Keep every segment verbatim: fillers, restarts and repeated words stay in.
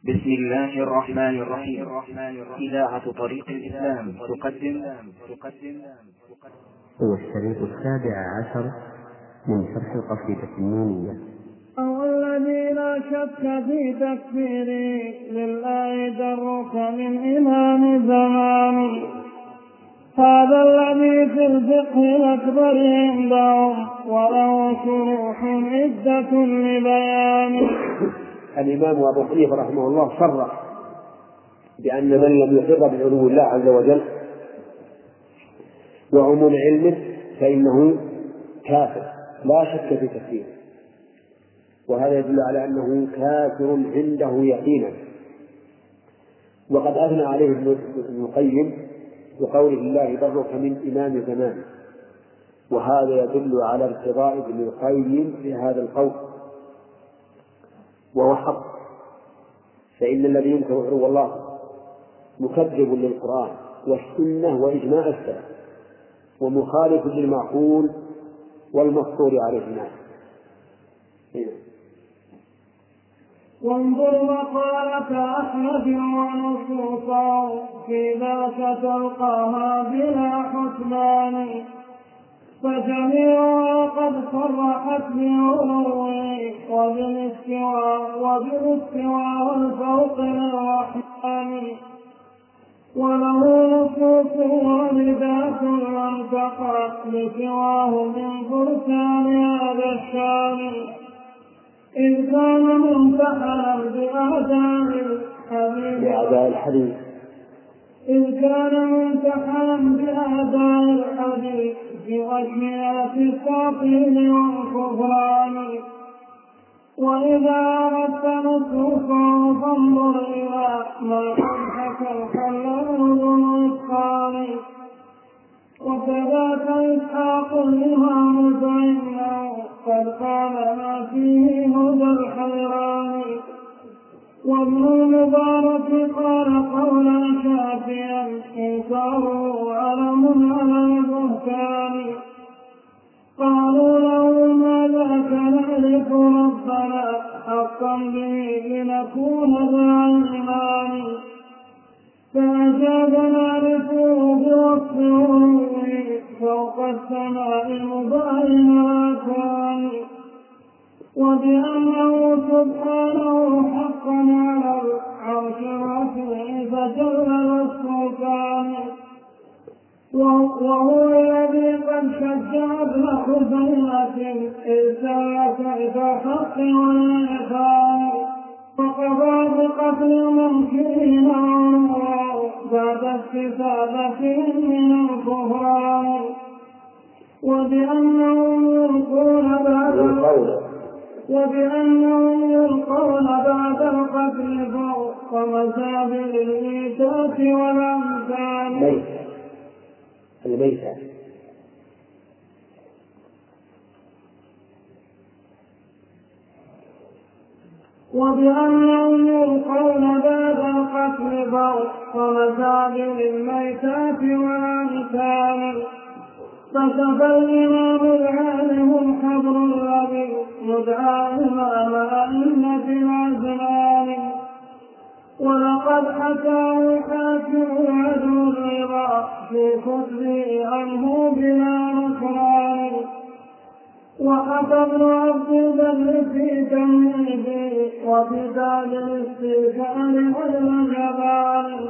بسم الله الرحمن الرحيم. إذاعة طريق الإسلام تقدم تقدم هو الشريط السابع عشر من شرح القصيدة النونية. هو الذي لا شك في تكفيره لله درك من إمام زمان، هذا الذي في الفقه الأكبر عندهم وله شروح عدة لبيان. الإمام أبو حنيفة رحمه الله صرح بأن من لم يقر بعلو الله عز وجل وعموم علمه فإنه كافر لا شك في تكفيره، وهذا يدل على أنه كافر عنده يقينا. وقد أثنى عليه ابن القيم بقوله الله برك من إمام زمان، وهذا يدل على ارتضاء ابن القيم في هذا القول، وهو حق. فإن الذي ينكر علو الله مكذب للقرآن والسنة وإجماع السلف، ومخالف للمعقول والمفطور عليه الناس. وانظر مقالة أحمد ونصوصا في ذاك تلقاها بلا حسبان، فجميعها قد صرحت بعلوه وبالاستواء وبالاستواء والفوق للرحمن، وله نصوص واردات لم تقع بسواه من فرسان هذا الشان، إذ كان ممتحنا بأعداء الحديث إذ كان ممتحنا بأعداء الحديث بأشياء التعطيل والكفران. وإذا أردت نصوصا فانظر إلى ما قد حكى الحلال بالإتقان، وكذاك إسحاق الإمام فإنه قد قال ما فيه هدى الحيران. وابن المبارك قال قولا شافيا إنكاره علم على البهتان، قالوا له ما ذاك نعرف ربنا حقا به لنكون ذا إيمان، فأجاب نعرفه بوصفه فوق السماء مبين الأكوان، وبأنه سبحانه حقا على العرش الرفيع فجل السلطان، وهو الذي قد شجع ابن خزيمة إذ سلك إلى الحق والإحسان، وقضى بقتل المنكرين عنه بعد استفادتهم من الكفران، وبأنهم يلقون بعد وبأنهم يلقون بعد القتل فوق مسابل الميتات والأمثال. الميتة وبأنهم يلقون بعد القتل فوق مسابل الميتات والأمثال، فكفى الإمام العالم الحبر الذي يدعى إمام أئمة الأزمان، ولقد حكاه حاكم العدل الرضا في كتبه عنه بلا نكران، وحكى ابن عبد البر في تمهيده وكتاب الاستذكار والجبال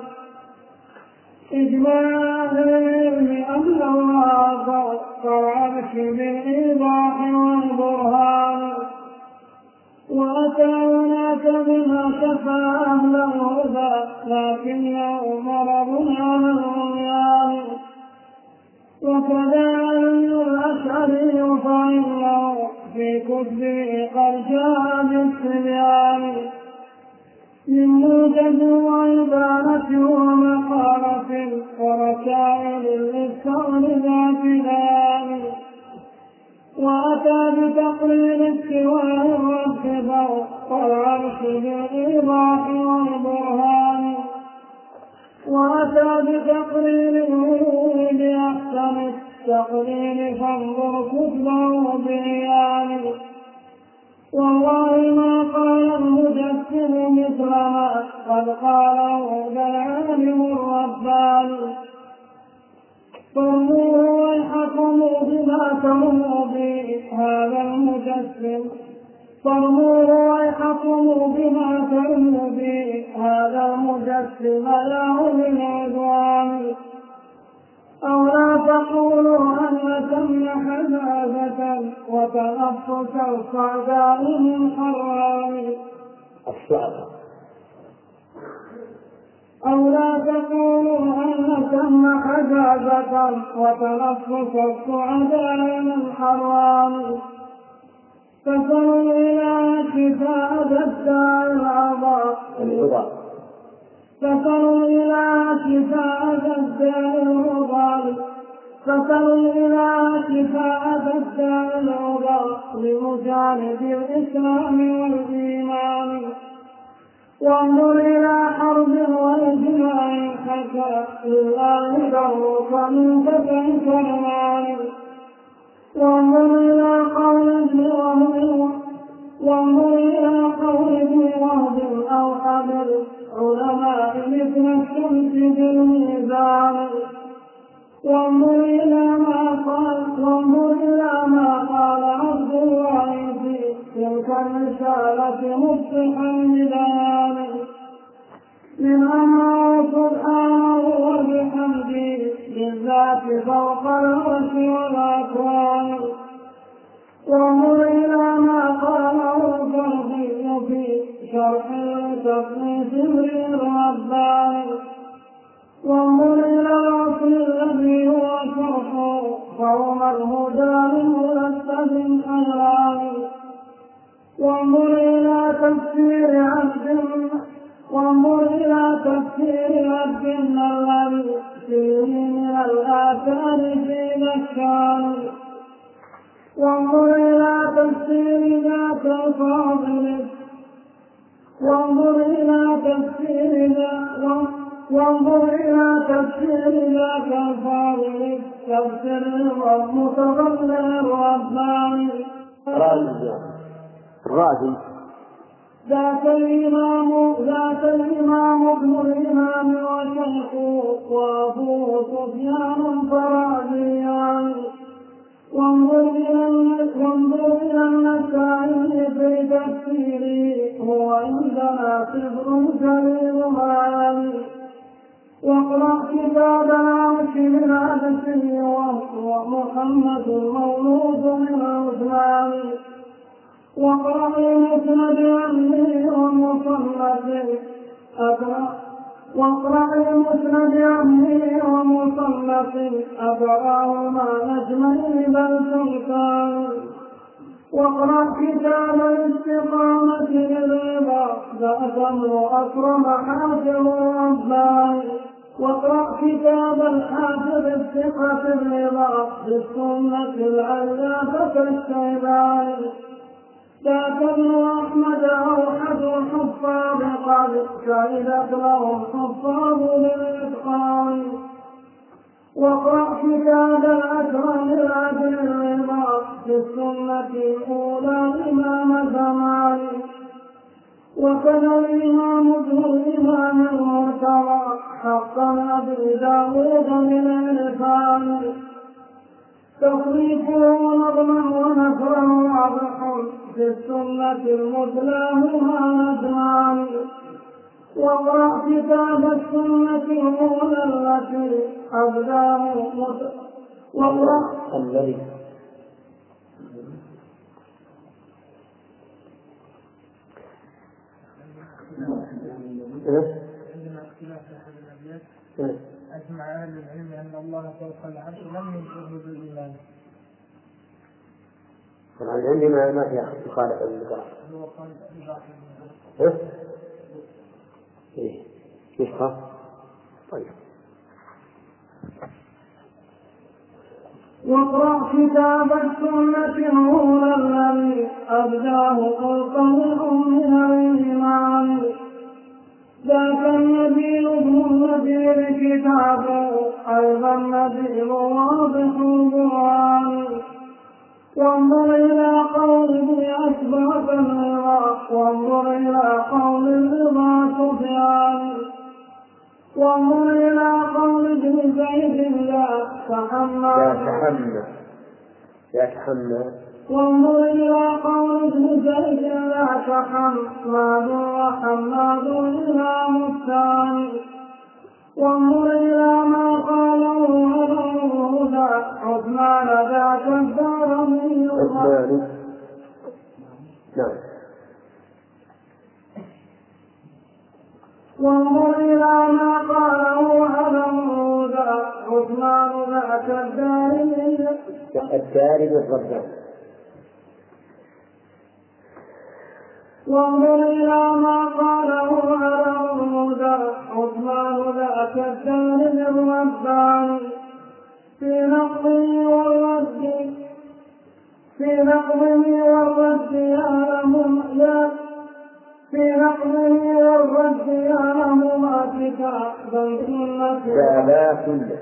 إجماع أهل العلم أن الله فوق العرش بالإيضاح والبرهان، وأتى هناك بما شفى أهل الهدى لكنه مرض على العميان. وكذا علي الأشعري فإنه في كتبه قد جاء بالصبيان من موجز وعبارة ومقالة ورسائل للإسلام ذات بيان، وأتى بتقرير استواء الرب فوق العرش بالإيضاح والبرهان، وأتى بتقرير العلو بأحسن التقرير فانظر كتبه بعيان. والله ما قال المجسم مثل ما قد قاله ذا العالم الرباني فارموه ويحكموا بما ترموا به هذا المجسم فارموه ويحكموا بما ترموا به هذا المجسم يا أولي العدوان أو لا تقولوا أن تم حزازة وتنفس الصعداء من حرام الصعداء أو لا تقولوا أن تم حزازة وتنفس الصعداء من حرام فصلوا إلى شفاء الداء العظام فصلوا إلى شفاء الداء العظام فصلوا إلى شفاء الداء العظام لمجانب الإسلام والإيمان وانظر إلى حرب وإجماع حتى لله ذرك من فتح كرمان وانظر إلى قول ابن وهب وانظر إلى قول ابن وهب أو حبر علماء مثل الشمس بالميزان وانظر إلى ما قال وانظر إلى ما قال عبد الله في تلك الرسالة مفتحا لبيان من أمره سبحانه وبحمده بالذات فوق العرش والأكوان وانظر إلى ما قاله الفرقي في شرح تقنيس الرباني وانظر إلى الأصل الذي هو شرح قوم الهدى المرتب حيران وانظر إلى تفسير عبد وانظر إلى تفسير عبد الذي فيه من الآثار في مكان وانظر إلى تفسير ذاك الفاضل وانظر إلى تفسير ذاك وانظر إلى تفسير ذاك الفاضل تفسير المتضمن الرباني الرازي ذاك الإمام ذاك الإمام ابن الإمام وشيخه وأبوه سفيان فرازيان وانظر إلى النسائي في تفسيره هو عندنا صبر جليل معاني واقرأ كتاب العرش من عبسه وهو محمد المولود من عثمان واقرأ المسند عني ومصنف أقرأ واقرأ المسند عني ومصنف أقرأهما نجمين بل سلطان واقرأ كتاب الاستقامة للرضا ذاته أكرم حافظ رباني واقرأ كتاب الحافظ الثقة الرضا بالسنة العلافة الشيباني ذاك ابن أحمد أوحد الحفاظ قد شهدت له الحفاظ بالإتقان واقرأ كتاب الأكرم العدل الرضا في السنة الأولى إمام زمان وكذا الإمام ابن الإمام المرتضى حقا أبي داود بالعرفان تصريفه نظما ونثرا واضح في السنة المثلى هما نجمان واقرأ كتاب السنة الأولى التي أبداه واقرأ الذي عندنا اختلاف في الأبيات أجمع أهل العلم أن الله فوق العرش لم ينكره بالإيمان. طبعا عندي ما ما فيها مخالفة للقراءة. هو قال إيه؟ إيه؟ نسخة؟ طيب. واقرأ كتاب السنة الأولى الذي أبداه خلقا من الإيمان ذاك النبي ابن النبي كتابه أيضا نبي واضح القرآن وانظر إلى قول ابن أسباب الرضا وانظر إلى قول الرضا سفيان وانظر إلى قول ابن زيد لا تحمى لا تحمى وانظر إلى قول ابن زيد لا تحماد وحماد إمام الثاني وانظر إلى ما قاله أبو هدى عثمان ذاك الدارمي عثمان نعم وانظر إلى ما قاله أبو هدى عثمان ذاك الدارمي الدارمي الرباني وانظر إلى ما قاله أبو هدى عثمان ذاك الدارمي الرباني في نقضه والرد في نقضه والرد يعلم يا في نقضه والرد يعلم ما كتابا سنة كتابا سنة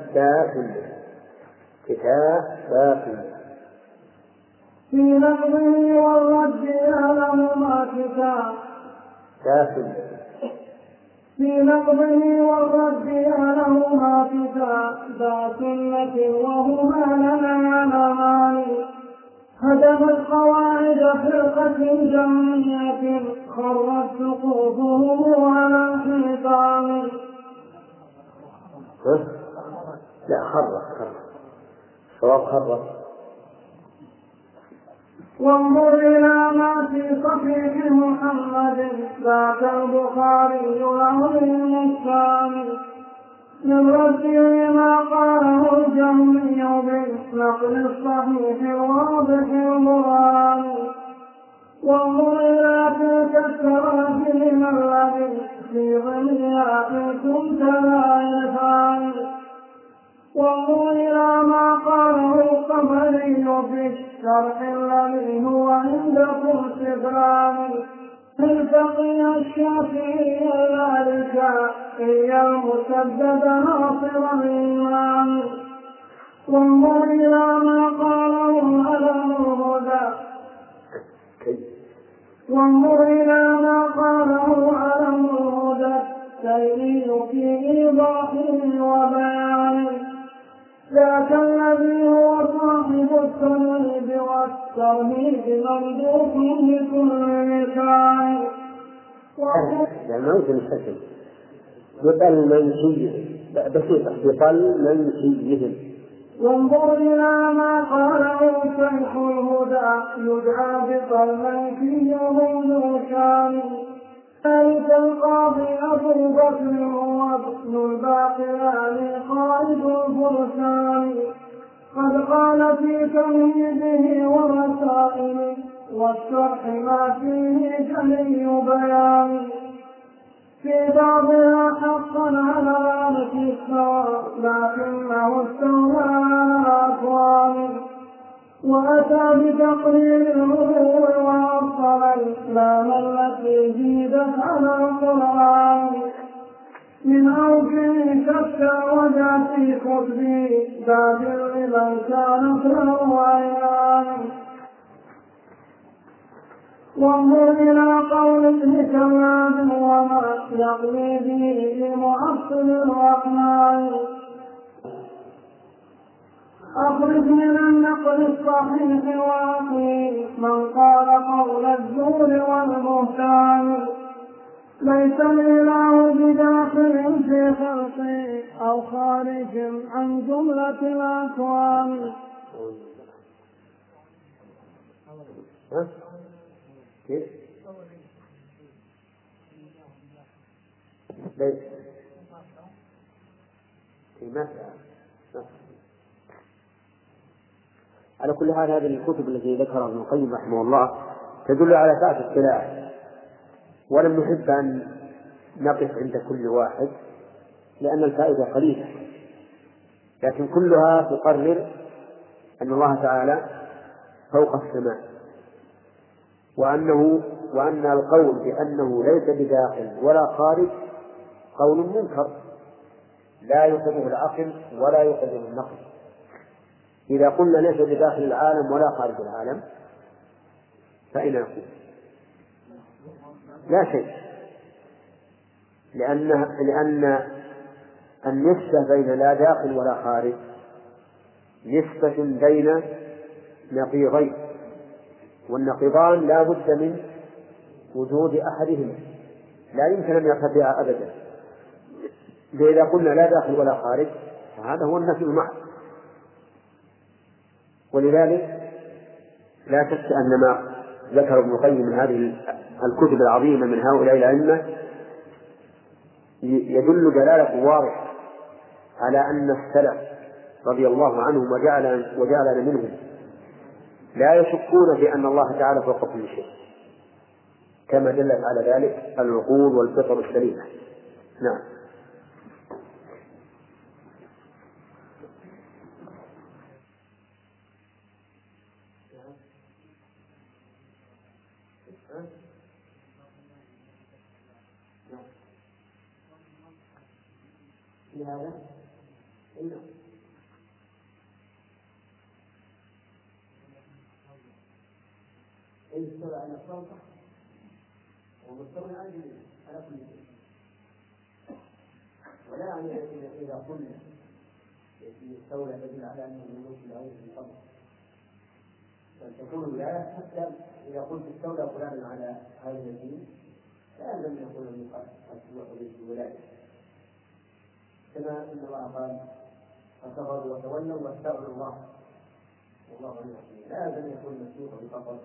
كتابا سنة في نقضه والرد يعلم ما كتاب سنة في نقضه والرد يعلم ما كتاب ذا سنة وهما لنا علمان هدم القواعد فرقة جمعية خرت سقوطهم على الحيطان لا خرت خرت صواب خرت وانظر إلى ما في صحيح محمد ذاك البخاري العظيم الثاني من رده ما قاله الجهمي بالنقل الصحيح الواضح المراني وانظر إلى تلك التراجم الذي في ضمنها كنت لا يفعل وانظر إلى ما قاله الطبري في الشرح الذي هو عندكم سبراني الفقيه الشافعي الشافعي المسدد ناصر الإيمان وانظر إلى ما قاله علم الهدى وانظر إلى ما قاله علم الهدى التيمين في إيضاحه وبيانه ذاك الذي هو صاحب التمهيد والترهيب ممدوح بكل لسان الموت الحسن بطل منسيه بسيطة بطل منسيهم وانظر إلى ما قاله شيخ الهدى يدعى بطل منسيهم ذو شان ذلك القاضي أبو بكر هو ابن الباقلاني قائد الفرسان قد قال في تمهيده ومسائله والشرح ما فيه جلي بيان في بعضها حقا على ذلك السواء لكنه استولى على أقوام وأتى بتقرير الغلو وأبطل الإسلام التي زيدت على القرآن من أوجه شتى وجاء في خطبه باب لمن كانت له أيام وانظر إلى قول ابن كلاب وما يقضي به لمعصر الرحمن أخرج من النقل الصحيح وأقيم من قال قول الزور والبهتان ليس الإله بداخل في خلقه أو خارج عن جملة الأكوان كيف؟ ليس في مسألة على كل حال هذه الكتب التي ذكرها ابن القيم رحمه الله تدل على سعة الاطلاع ولم نحب أن نقف عند كل واحد لأن الفائدة قليلة لكن كلها تقرر أن الله تعالى فوق السماء وأنه وأن القول بأنه ليس بداخل ولا خارج قول منكر لا يقبله العقل ولا يقبله النقل. إذا قلنا ليس بداخل العالم ولا خارج العالم فأين نقول؟ لا شيء، لأن لأن النسبة بين لا داخل ولا خارج نسبة بين نقيضين، والنقيضان لا بد من وجود أحدهما، لا يمكن أن يرتفع أبدا. فإذا قلنا لا داخل ولا خارج فهذا هو النفي المحض. ولذلك لا شك أن ما ذكر ابن القيم من هذه الكتب العظيمة من هؤلاء الأئمة يدل دلالة واضحة على أن السلف رضي الله عنهم وجعل وجعلنا منهم لا يشكون في أن الله تعالى فوق كل شيء، كما دلت على ذلك العقول والفطر السليمة. نعم. لهذا إنه إن استوى على الصوت ومستوى على كل شيء، ولا يعني إذا قلنا استولى تدل على أنه ملوك العين في القبر، بل تكون الولاية حتى إذا قلت استولى فلان على هذا الدين لا لم يكن المقصود بالولاية، كما ان الله قال فكفروا وتولوا واستغنوا الله والله غني حميد، لا لازم يكون مسلوقا بفقر.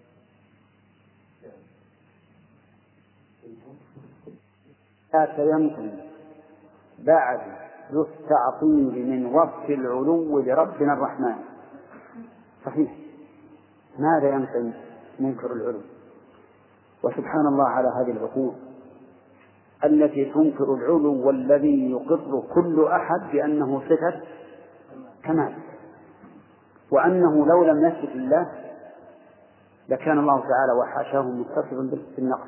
لا يمكن بعد ذو التعطيل من وصف العلو لربنا الرحمن. صحيح، ماذا يمكن منكر العلو؟ وسبحان الله على هذه العقول التي تنكر العلو والذي يقر كل أحد بأنه صفة كمال، وأنه لو لم يثبت لله لكان الله تعالى وحاشاه متصفا بالنقص.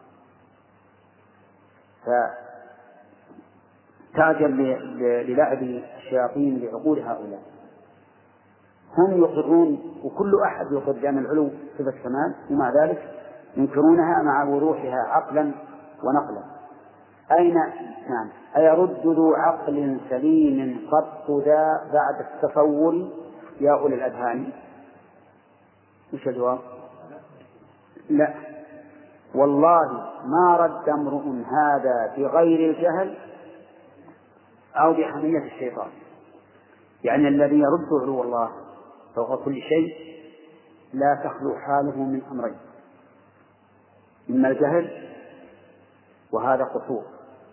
فتعجب للعب الشياطين بعقول هؤلاء، هم يقرون وكل أحد يقر بأن العلو صفة كمال، ومع ذلك ينكرونها مع وروحها عقلا ونقلا. أين نعم أيرد ذو عقل سليم قط ذا بعد التصور يا أولي الأذهان؟ مش الجواب؟ لا والله ما رد امرؤ هذا بغير الجهل أو بحمية الشيطان. يعني الذي يرد علو الله فوق كل شيء لا تخلو حاله من أمرين: إما الجهل، وهذا قصور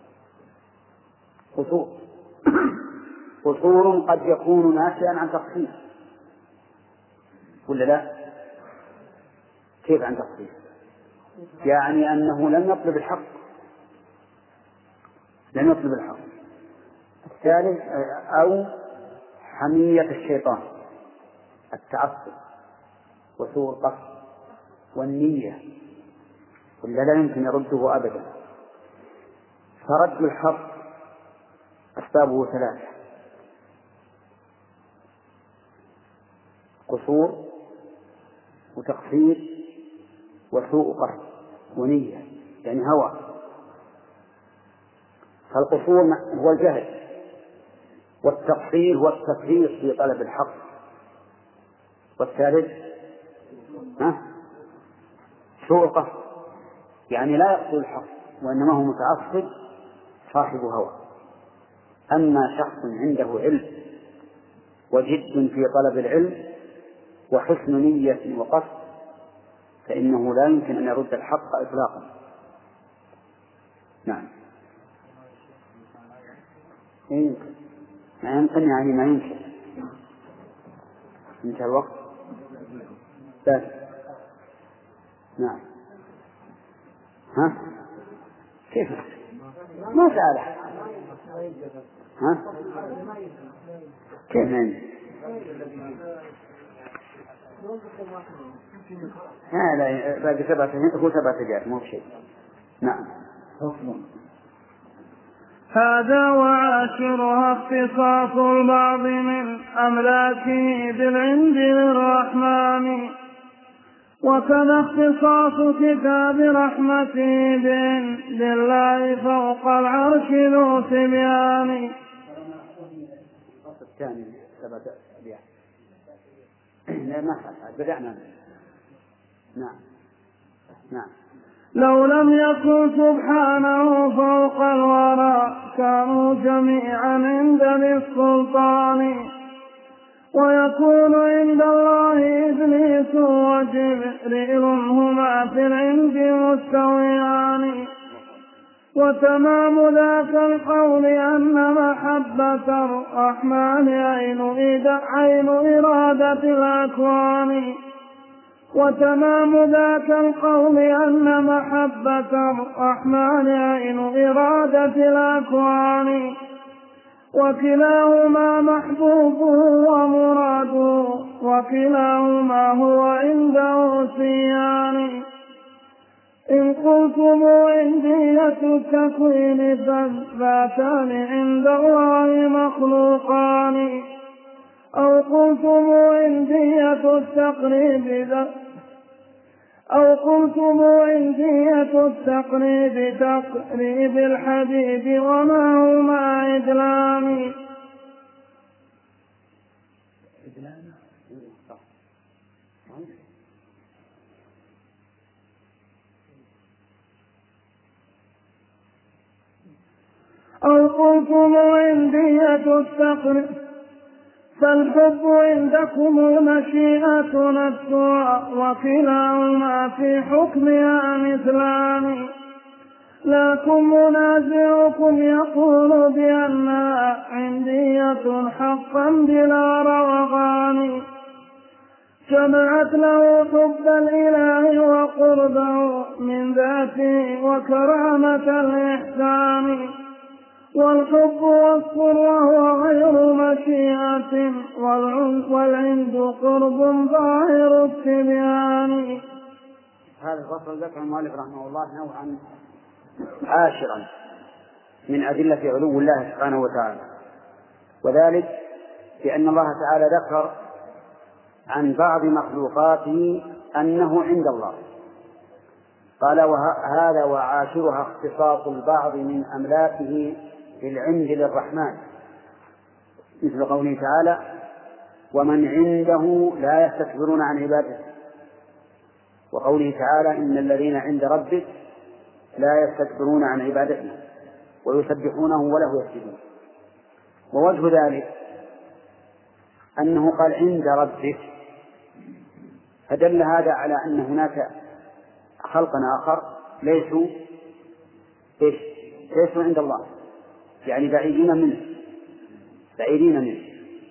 قصور قصور قد يكون ناشئا عن تقصير، ولا لا؟ كيف عن تقصير؟ يعني أنه لم يطلب الحق لم يطلب الحق الثالث أو حمية الشيطان، التعصب وسوء القصد والنية، ولا لا يمكن يرده أبدا. فرد الحق أسبابه ثلاثة: قصور وتقصير وسوء قصد ونية، يعني هوى. فالقصور هو الجهل، والتقصير هو التفريط في طلب الحق، والثالث ها سوء القصد، يعني لا يقصد الحق وإنما هو متعصب صاحب هوى. أما شخص عنده علم وجد في طلب العلم وحسن نية وقصد فإنه لا يمكن أن يرد الحق إطلاقا. نعم. يمكن ما يمكن يعني ما يمكن. انتهى الوقت. بس نعم. ها كيف ما سأله؟ ها كيف يعني؟ هذا باقي سبعة هو سبعة أجار مو شيء. نعم. هذا وعاشرها اختصاص البعض من أملاكه بالعند للرحمن، وكذا اختصاص كتاب رحمته بعند الله فوق العرش ذو تبيان. الثاني سبعة أبيات. لا ما بدأنا. نعم نعم. لو لم يكن سبحانه فوق الورى كانوا جميعا عند ذي السلطان، ويكون عند الله إبليس وجبريل هما في العند مستويان. وتمام ذاك القول أن محبة الرحمن عين إرادة الأكوان. وتمام ذاك القول أن محبة الرحمن عين إرادة الأكوان. وكلاهما محبوبه ومراده وكلاهما هو عنده سيان. إن قلتم عندية التكوين فالذاتان عند الله مخلوقان، أو قلتم عندية التقريب أو قلتم عندية التقريب تقريب الحبيب وما هما عدلان. أو قلتم عندية التقريب فالحب عندكم المشيئة نفسها وكلاهما في حكمها مثلان. لكن منازعكم يقول بأنها عندية حقا بلا روغان، جمعت له حب الإله وقربه من ذاته وكرامة الإحسان. والحب وصف وهو غير مشيئة والعند قرب ظاهر التبيان. هذا الفصل ذكر المؤلف رحمه الله نوعا عاشرا من أدلة علو الله سبحانه وتعالى، وذلك بأن الله تعالى ذكر عن بعض مخلوقاته أنه عند الله، قال وهذا وعاشرها اختصاص البعض من أملاكه بالعند للرحمن، مثل قوله تعالى ومن عنده لا يستكبرون عن عبادته، وقوله تعالى إن الذين عند ربك لا يستكبرون عن عبادته ويسبحونه وله يسجدون. ووجه ذلك أنه قال عند ربك، فدل هذا على أن هناك خلقا آخر ليسوا إيش؟ ليسوا عند الله، يعني بعيدين منه بعيدين منه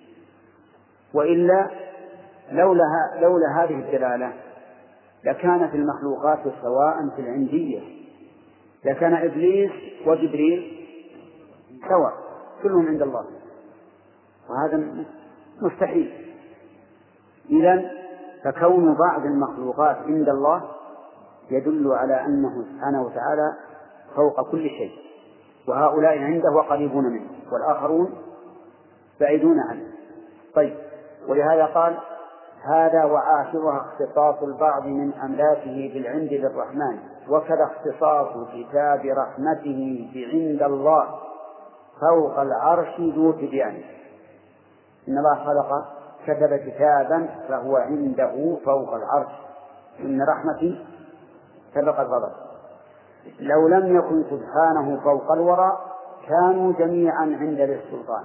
وإلا لولا, لولا هذه الدلالة لكانت المخلوقات سواء في العندية، لكان إبليس وجبريل سواء كلهم عند الله، وهذا مستحيل. إذن فكون بعض المخلوقات عند الله يدل على أنه سبحانه وتعالى فوق كل شيء، وهؤلاء عنده وقريبون منه والآخرون بعيدون عنه. طيب، ولهذا قال هذا وعاشرها اختصاص البعض من أملاكه بالعند للرحمن، وكذا اختصاص كتاب رحمته بعند الله فوق العرش ذو تبيان. إن الله خلق كتب كتابا فهو عنده فوق العرش، إن رحمتي سبق الغضب. لو لم يكن سبحانه فوق الورى كانوا جميعا عند ذي السلطان.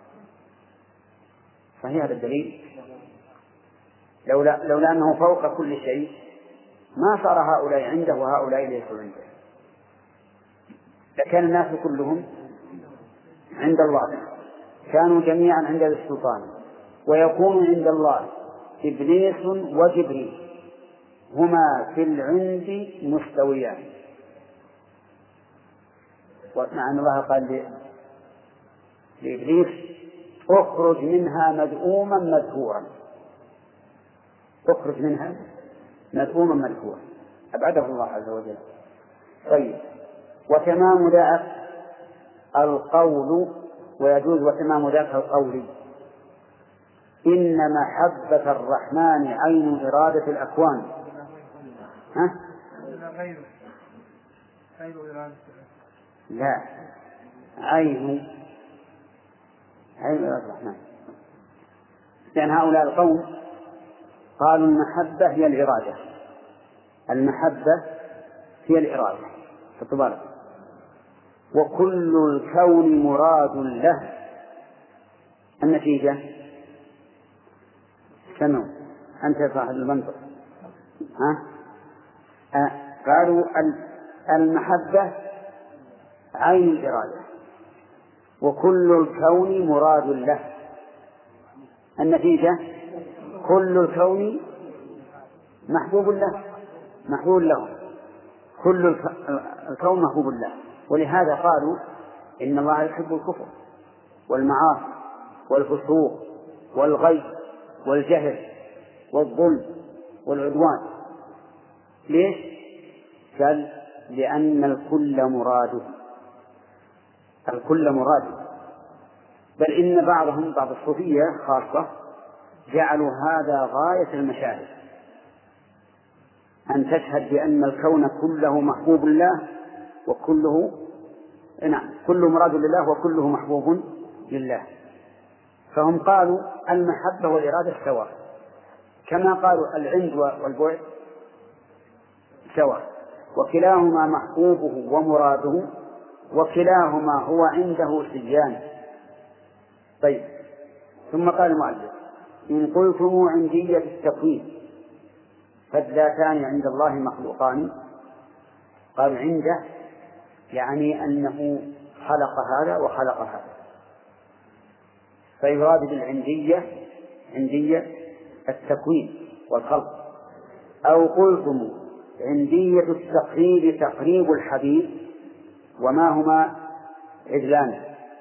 فهي هذا الدليل، لولا, لولا أنه فوق كل شيء ما صار هؤلاء عنده وهؤلاء ليسوا عنده، لكان الناس كلهم عند الله، كانوا جميعا عند ذي السلطان. ويكون عند الله إبليس وجبريل هما في العند مستويان، مع أن الله قال لإبليس اخرج منها مذءوما مدحورا، اخرج منها مذءوما مدحورا، أبعده الله عز وجل. طيب، وتمام ذاك القول، ويجوز وتمام ذاك القول إن محبة الرحمن عين إرادة الأكوان. ها؟ لا، عين عين إرادة الرحمن لأن هؤلاء القوم قالوا المحبة هي الإرادة، المحبة هي الإرادة فتبارك، وكل الكون مراد له. النتيجة سمعوا أنت صاحب المنطق ها؟ أه؟ قالوا المحبة عين الإرادة وكل الكون مراد له. النتيجة كل الكون محبوب له محبوب له كل الكون محبوب له. ولهذا قالوا إن الله يحب الكفر والمعاصي والفسوق والغي والجهل والظلم والعدوان. ليش؟ قال لأن الكل مراده، الكل مراده. بل إن بعضهم بعض الصوفية خاصة جعلوا هذا غاية المشاهد، أن تشهد بأن الكون كله محبوب لله وكله نعم كله مراد لله وكله محبوب لله. فهم قالوا المحبة والإرادة سواء، كما قالوا العند والبعد سواء، وكلاهما محبوبه ومراده وكلاهما هو عنده سجان. طيب ثم قال المؤلف إن قلتم عندية التكوين فالذاتان عند الله مخلوقان. قال عنده يعني أنه خلق هذا وخلق هذا، فيراد بالعندية عندية التكوين والخلق. أو قلتم عندية التقريب تقريب الحبيب وما هما عدلان.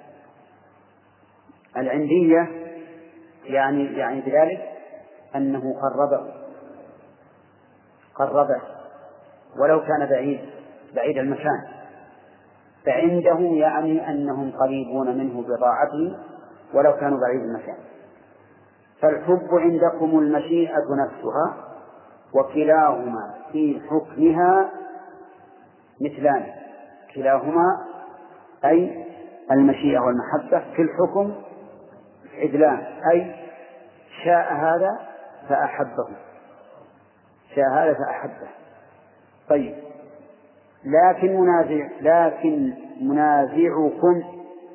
العندية يعني يعني بذلك أنه قربه قربه ولو كان بعيد بعيد المكان، فعنده يعني أنهم قريبون منه بطاعته ولو كانوا بعيد المكان. فالحب عندكم المشيئة نفسها وكلاهما في حكمها مثلان. كلاهما أي المشيئة والمحبة في الحكم عدلان، أي شاء هذا فأحبه شاء هذا فأحبه. طيب لكن منازع لكن منازعكم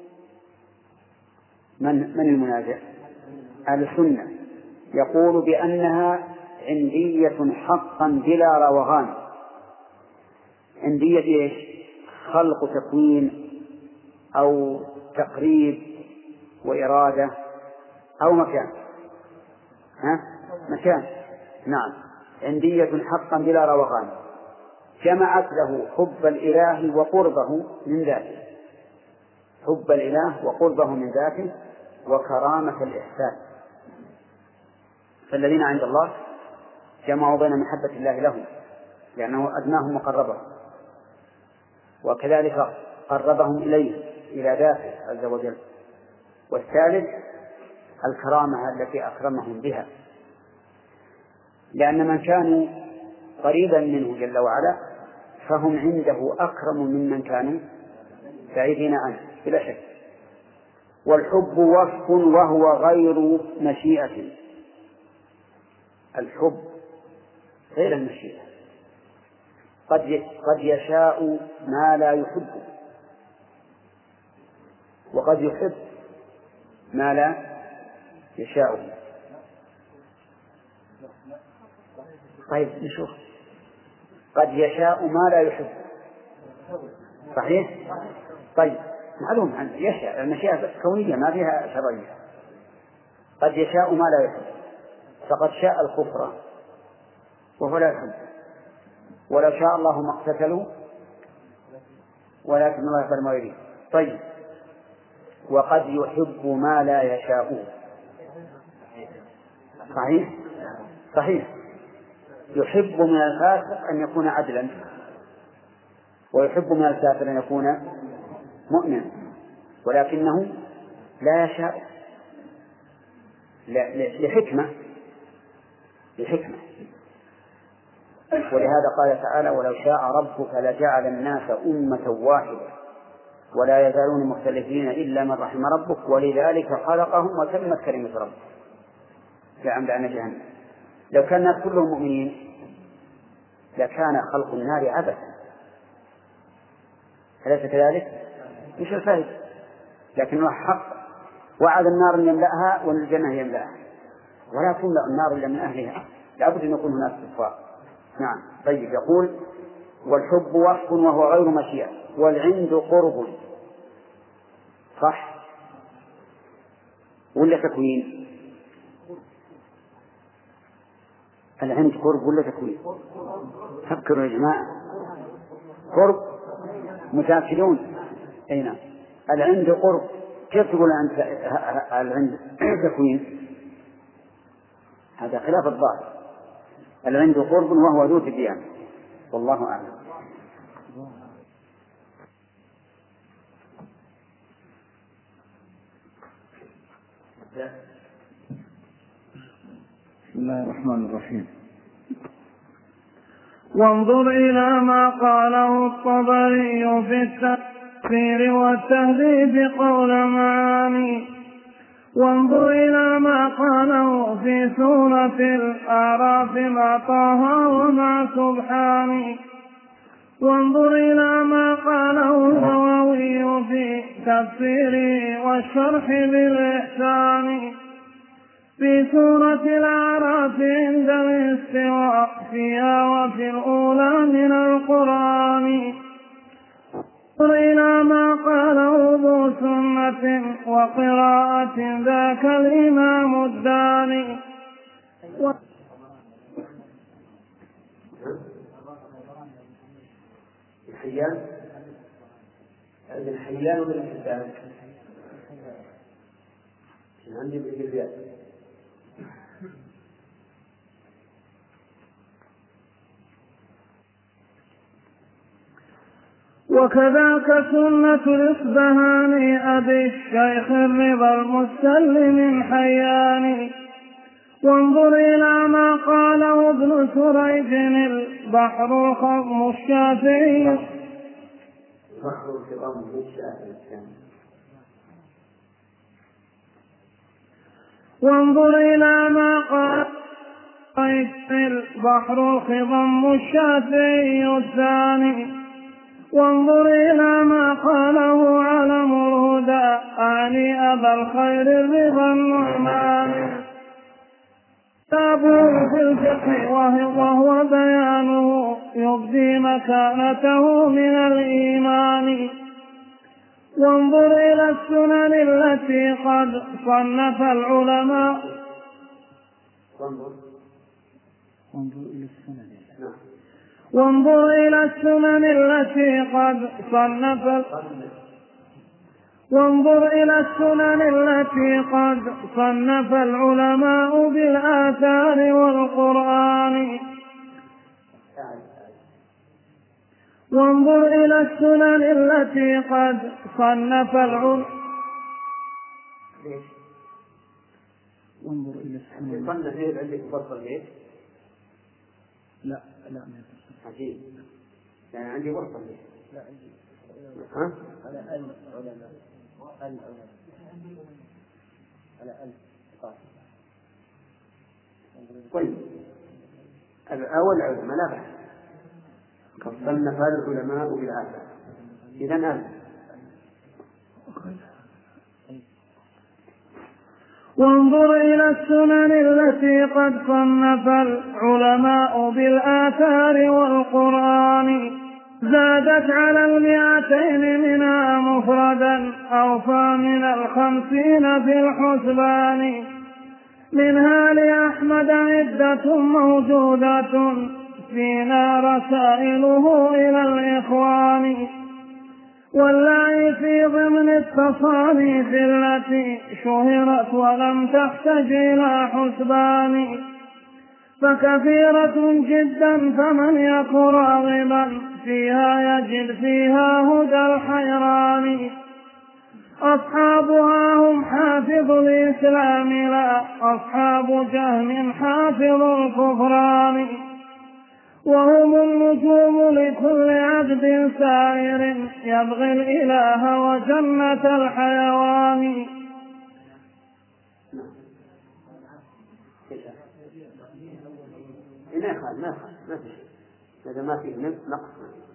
من من المنازع؟ أهل السنة يقول بأنها عندية حقا بلا روغان. عندية إيش؟ خلق تكوين أو تقريب وإرادة أو مكان ها؟ مكان نعم عندية حقا بلا روغان، جمعت له حب الإله وقربه من ذاته، حب الإله وقربه من ذاته وكرامة الإحسان. فالذين عند الله جمعوا بين محبة الله لهم لأنه أدناهم وقربهم، وكذلك قربهم إليه إلى ذاته عز وجل. والثالث الكرامة التي أكرمهم بها، لأن من كانوا قريبا منه جل وعلا فهم عنده أكرم ممن كانوا بعيدين عنه بلا شك. والحب وصف وهو غير مشيئة. الحب غير المشيئة، قد قد يشاء ما لا يحب وقد يحب ما لا يشاء. طيب نشوف، قد يشاء ما لا يحب صحيح؟ طيب معلوم عن يشاء، المشيئة كونية ما فيها شرعية. قد يشاء ما لا يحب، فقد شاء الكفر وهو لا يحب، ولو شاء الله ما اقتتلوا ولكن الله يقبل ما يريد. طيب وقد يحب ما لا يشاء صحيح؟ صحيح. يحب من الفاسق أن يكون عدلا ويحب من الكافر أن يكون مؤمنا، ولكنه لا يشاء لحكمة لحكمة ولهذا قال تعالى ولو شاء ربك لجعل الناس أمة واحدة ولا يزالون مختلفين إلا من رحم ربك ولذلك خلقهم وتمت كلمة ربك. لأملأن جهنم. لو كان الناس كلهم مؤمنين لكان خلق النار عبثا، أليس كذلك؟ مش الفائدة، لكنه حق وعد النار أن يملأها والجنة يملأها، ولا تملأ النار إلا من أهلها، لابد أن يكون هناك كفار. نعم. طيب، يقول والحب وصف وهو غير مشيئة، والعند قرب، صح ولا تكوين؟ العند قرب ولا تكوين؟ فكروا يا جماعة. قرب متأكدون؟ أي نعم. العند قرب، كيف تقول أنت العند تكوين؟ هذا خلاف الظاهر. العند قرب وهو ذو تبيان، والله أعلم. بسم الله الرحمن الرحيم. وانظر إلى ما قاله الطبري في التفسير والتهذيب قول معاني. وانظر إلى ما قاله في سورة الأعراف مع طه ومع سبحان. وانظر إلى ما قاله النووي في تفسيره والشرح بالإحسان في سورة الأعراف عند الاستواء فيها وفي الأولى من القرآن. وانظر إلى ما قاله ذو سنة وقراءة ذاك الإمام الداني. الحيان عند الحيان ولا الحسان؟ عندي بالجزيات. وكذاك سنة الإصبهاني أبي الشيخ الرضا المستلم حياني. وانظر إلى ما قاله ابن سريج البحر الخضم الشافعي. بحر الخضم الشافعي. وانظر إلى ما قال البحر الخضم الشافعي الثاني. وانظر إلى ما قاله علم الهدى أعني أبا الخير الرضا النعمان. كتابه في الفقه وهو بيانه يبدي مكانته من الإيمان. وانظر إلى السنن التي قد صنف العلماء. وانظر إلى السنن التي قد صنف وانظر إلى السنن التي قد صنف العلماء بالآثار والقرآن. وانظر إلى السنن التي قد صنف العلماء. وانظر إلى السنن. صنف هي عندك مفصل ليه؟ لا لا عجيب. يعني عندي مفصل ليه؟ لا عندي. ها؟ على ألف علماء. ألف علماء. على ألف قاعدة. طيب. الأول علماء لا بأس. قد صنف العلماء بالآثار. إذن ألف. وانظر إلى السنن التي قد صنف العلماء بالآثار والقرآن. زادت على المئتين منها مفردا أوفى من الخمسين في الحسبان. منها لأحمد عدة موجودة فينا رسائله إلى الإخوان. واللعي في ضمن التصانيف التي شهرت ولم تحتج إلى حسبان. فكثيرة جدا فمن يك راغبا فيها يجد فيها هدى الحيران. أصحابها هم حافظ الإسلام لا أصحاب جهم حافظ الكفران. وهم النجوم لكل عبد سائر يبغي الإله وجنة الحيوان. ما يخالف ما يخالف ما في شيء هذا ما فيه نقص.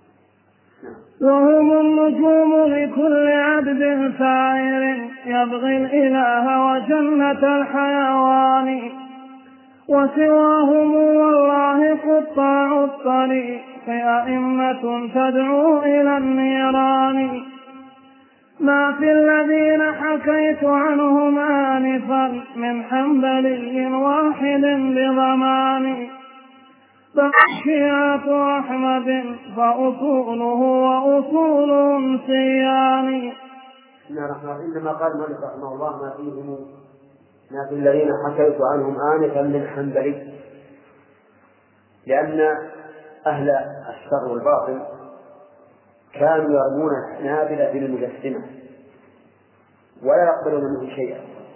وهم النجوم لكل عبد سائر يبغي الإله وجنة الحيوان وسواهم والله قطاع الطريق أئمة تدعو إلى النيران ما في الذين حكيت عنهم آنفا من حنبلي واحد بضمان بقيات أحمد فأصوله وأصولهم سيان. إنما قال مالك رحمه الله ما فيهم ما في الذين حكيت عنهم آنفا من حنبلي، لأن أهل الشر والباطل كانوا يرمون الحنابلة بالمجسمة ولا يقبلون منه شيئا،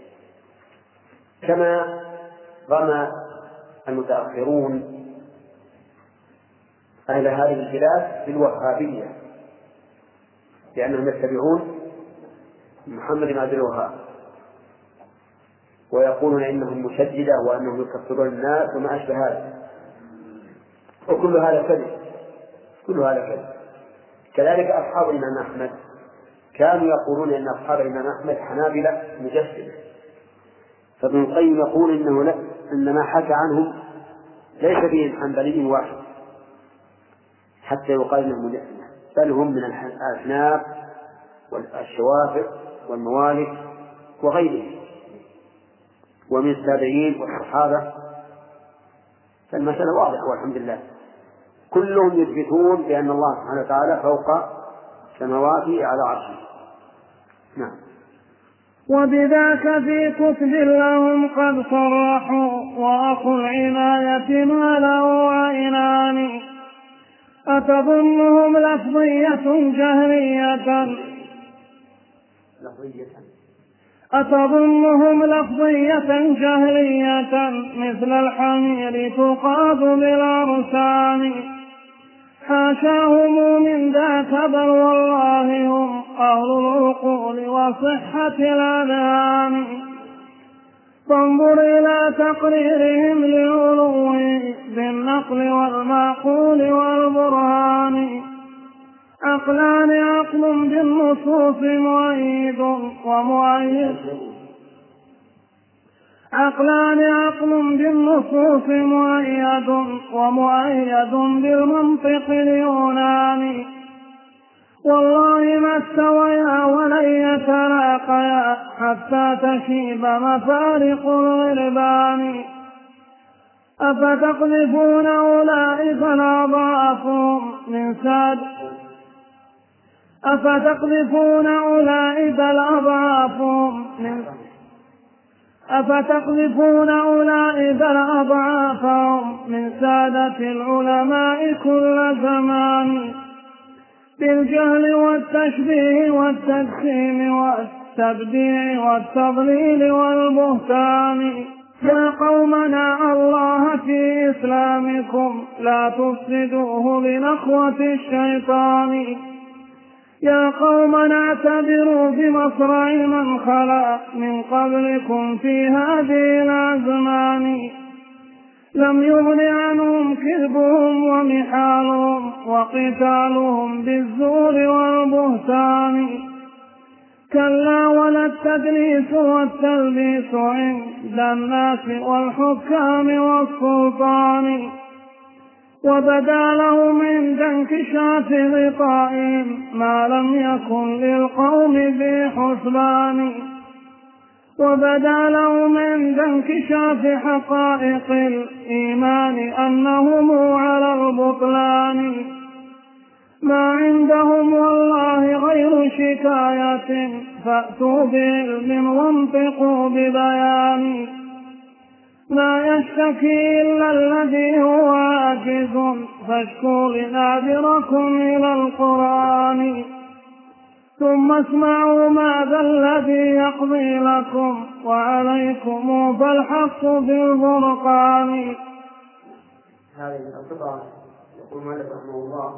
كما رمى المتأخرون أهل هذه البلاد بالوهابية لأنهم يتبعون محمد بن عبد الوهاب ويقولون إنهم مشددة وأنهم يكفرون الناس وما أشبه هذا، وكل هذا كذب كل هذا كذب. كذلك أصحاب الإمام أحمد كانوا يقولون إن أصحاب الإمام أحمد حنابلة مجسمة، فابن القيم يقول إنه لا، إن ما حكى عنهم ليس فيهم حنبلي واحد حتى يقال إنهم مجسمة، بل هم من الأحناف والشوافع والموالك وغيرهم ومن التابعين والصحابة. فالمسألة واضحة والحمد لله، كلهم يثبتون بأن الله سبحانه وتعالى فوق سماواته على عرشه. نعم. وبذاك في كتب لهم قد صرحوا وأخو العناية ما له عينان أتظنهم لفظية جهرية أتظنهم لفظية جهرية مثل الحمير تقاد بالأرسان حاشاهم من ذاك بل والله هم أهل العقول وصحة الأذهان فانظر إلى تقريرهم للعلو بالنقل والمعقول والبرهان عقلان عقل بالنصوص مؤيد ومؤيد عقلان عقل بالنصوص مؤيد ومؤيد بالمنطق اليوناني والله ما استويا ولن يتلاقيا حتى تشيب مفارق الغربان أفتقذفون أولئك الأضعافهم من ساد أفتقذفون أولئك الأضعافهم من أفتقذفون أولئك الأضعافهم من سادة العلماء كل زمان بالجهل والتشبيه والتجسيم والتبديع والتضليل والبهتان يا قومنا الله في إسلامكم لا تفسدوه بنخوة الشيطان يا قومنا اعتبروا بمصرع من خلا من قبلكم في هذه الأزمان لم يغن عنهم كذبهم ومحالهم وقتالهم بالزور والبهتان كلا ولا التدليس والتلبيس عند الناس والحكام والسلطان وبدا لهم عند انكشاف غطائهم ما لم يكن للقوم في حسبان وبدا لهم عند انكشاف حقائق الإيمان أنهم على البطلان ما عندهم والله غير شكاية فأتوا بعلم وانطقوا ببيان لا يشتكي إلا الذي هو عاجز فاشكوا لنادركم إلى القرآن ثم اسمعوا ماذا الذي يقضي لكم وعليكم فالحق بالفرقان. هذه القطعة يقول مالك رحمه الله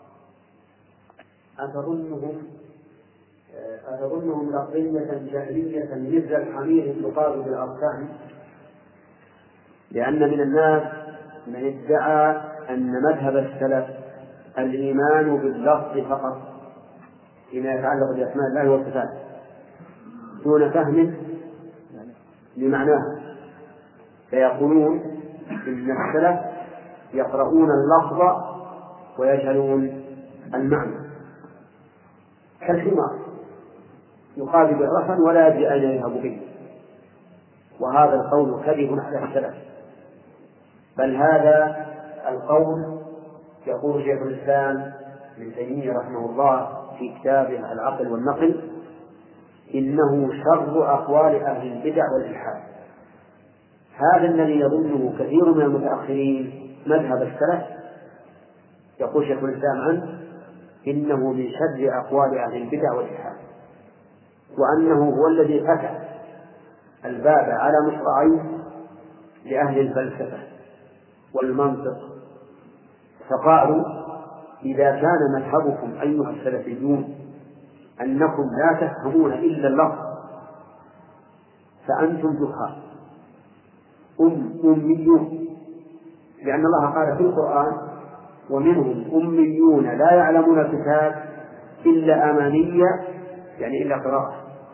أتظنهم أتظنهم لفظية جهلية مثل الحمير تقاد بالأركان، لأن من الناس من ادعى أن مذهب السلف الإيمان باللفظ فقط فيما يتعلق بأسماء الله والصفات دون فهم لمعناه، فيقولون إن السلف يقرؤون اللفظ ويجهلون المعنى كالحمار يقابل الرسن ولا يدري أين يذهب به. وهذا القول كذب على السلف، بل هذا القول يقول شيخ الإسلام ابن تيمية رحمه الله في كتابه العقل والنقل إنه شر أقوال أهل البدع والإلحاد. هذا الذي يظنه كثير من المتأخرين مذهب السلف يقول شيخ الإسلام عنه إنه من شر أقوال أهل البدع والإلحاد، وأنه هو الذي فتح الباب على مصراعيه لأهل الفلسفة والمنطق، فقالوا إذا كان مذهبكم أيها السلفيون أنكم لا تفهمون إلا اللفظ فأنتم جهال أم أميون، لأن الله قال في القرآن ومنهم أميون لا يعلمون الكتاب إلا أمانية يعني إلا قراءة.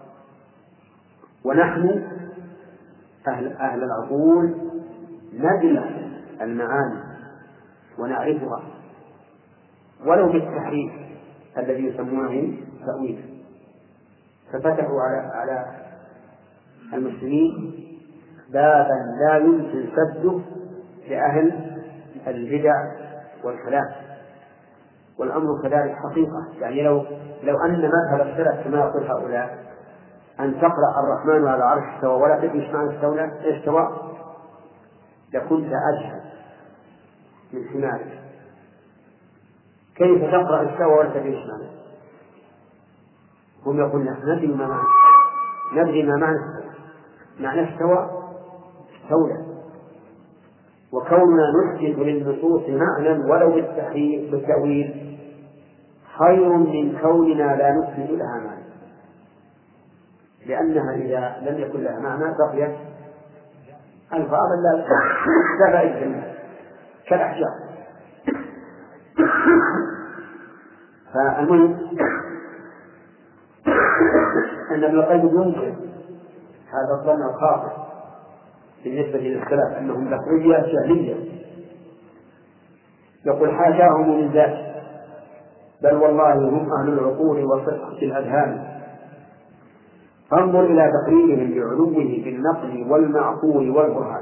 ونحن أهل, أهل العقول ندري المعاني ونعرفها ولو بالتحريف الذي يسمونه تأويل. ففتحوا على على المسلمين بابا لا يمكن سده لأهل البدع والكلام، والأمر كذلك حقيقة. يعني لو لو أن مذهب السلف كما يقول هؤلاء أن تقرأ الرحمن على العرش استوى ولا تدري ايش معنى استولى استوى لكنت أجهل من حمارك. كيف تقرأ استوى ولا تدري ايش معنى؟ هم يقولون ندري ما معنى ندري ما معنى استوى. معنى استوى استولى، وكوننا نثبت للنصوص معنى ولو بالتحريف بالتأويل خير من كوننا لا نثبت لها معنى، لأنها إذا لم يكن لها معنى بقيت ألفاظا لا فائدة منها كالأحجار. فالمهم أن ابن القيم ينكر هذا الظن الخاطئ بالنسبة للسلف أنهم لفظية جهلية، يقول حاشاهم من ذلك، بل والله هم أهل العقول وصدق الأذهان. فانظر إلى تقريرهم بعلوه بالنقل والمعقول والبرهان.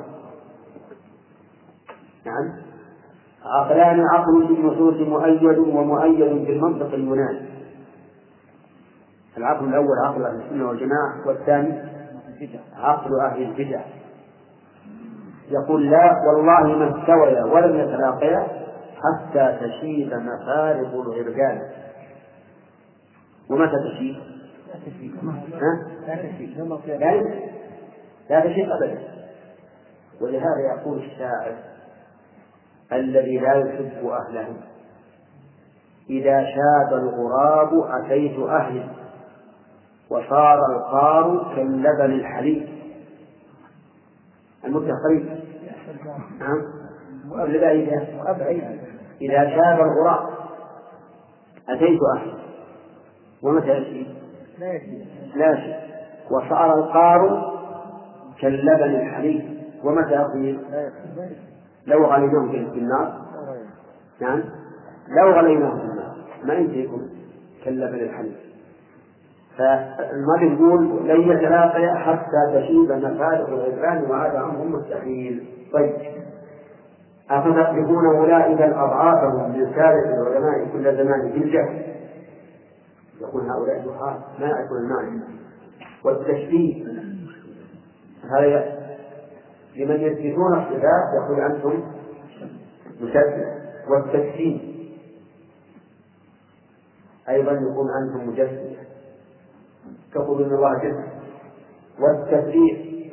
نعم عقلان عقل بالنصوص مؤيد ومؤيد بالمنطق اليوناني. العقل الأول عقل أهل السنة والجماعة، والثاني عقل أهل البدع. يقول لا والله ما استويا ولم يتلاقيا حتى تشيب مفارق الغرقان. ومتى تشيب؟ لا تشيب لا تشيب أبدا. ولهذا يقول الشاعر الذي لا يحب أهله إذا شاب الغراب أتيت أهلي وصار القار كاللبن الحليب. المدة قريبة. نعم إذا شاب الغراب أتيت أهلي ومتى يشيب؟ لا يشيب. وصار القار كاللبن الحليب ومتى يصير؟ لو غليناه في النار نعم لو غليناه في النار ما يمكن كاللبن الحليب. فالمرء يقول لن يتلاقيا حتى تشيب مفارق الغرقان وهذا أمر مستحيل. طيب أفتقلبون أولئك أضعافهم من سادة العلماء كل زمان بالجهل؟ يقول هؤلاء جهال ما يعرفون المعنى. والتشبيه هذا لمن يثبتون الصفات يقول أنتم مشبه، والتكفير أيضا يقول أنتم مجسد تقول إن الله جسد. والتفريق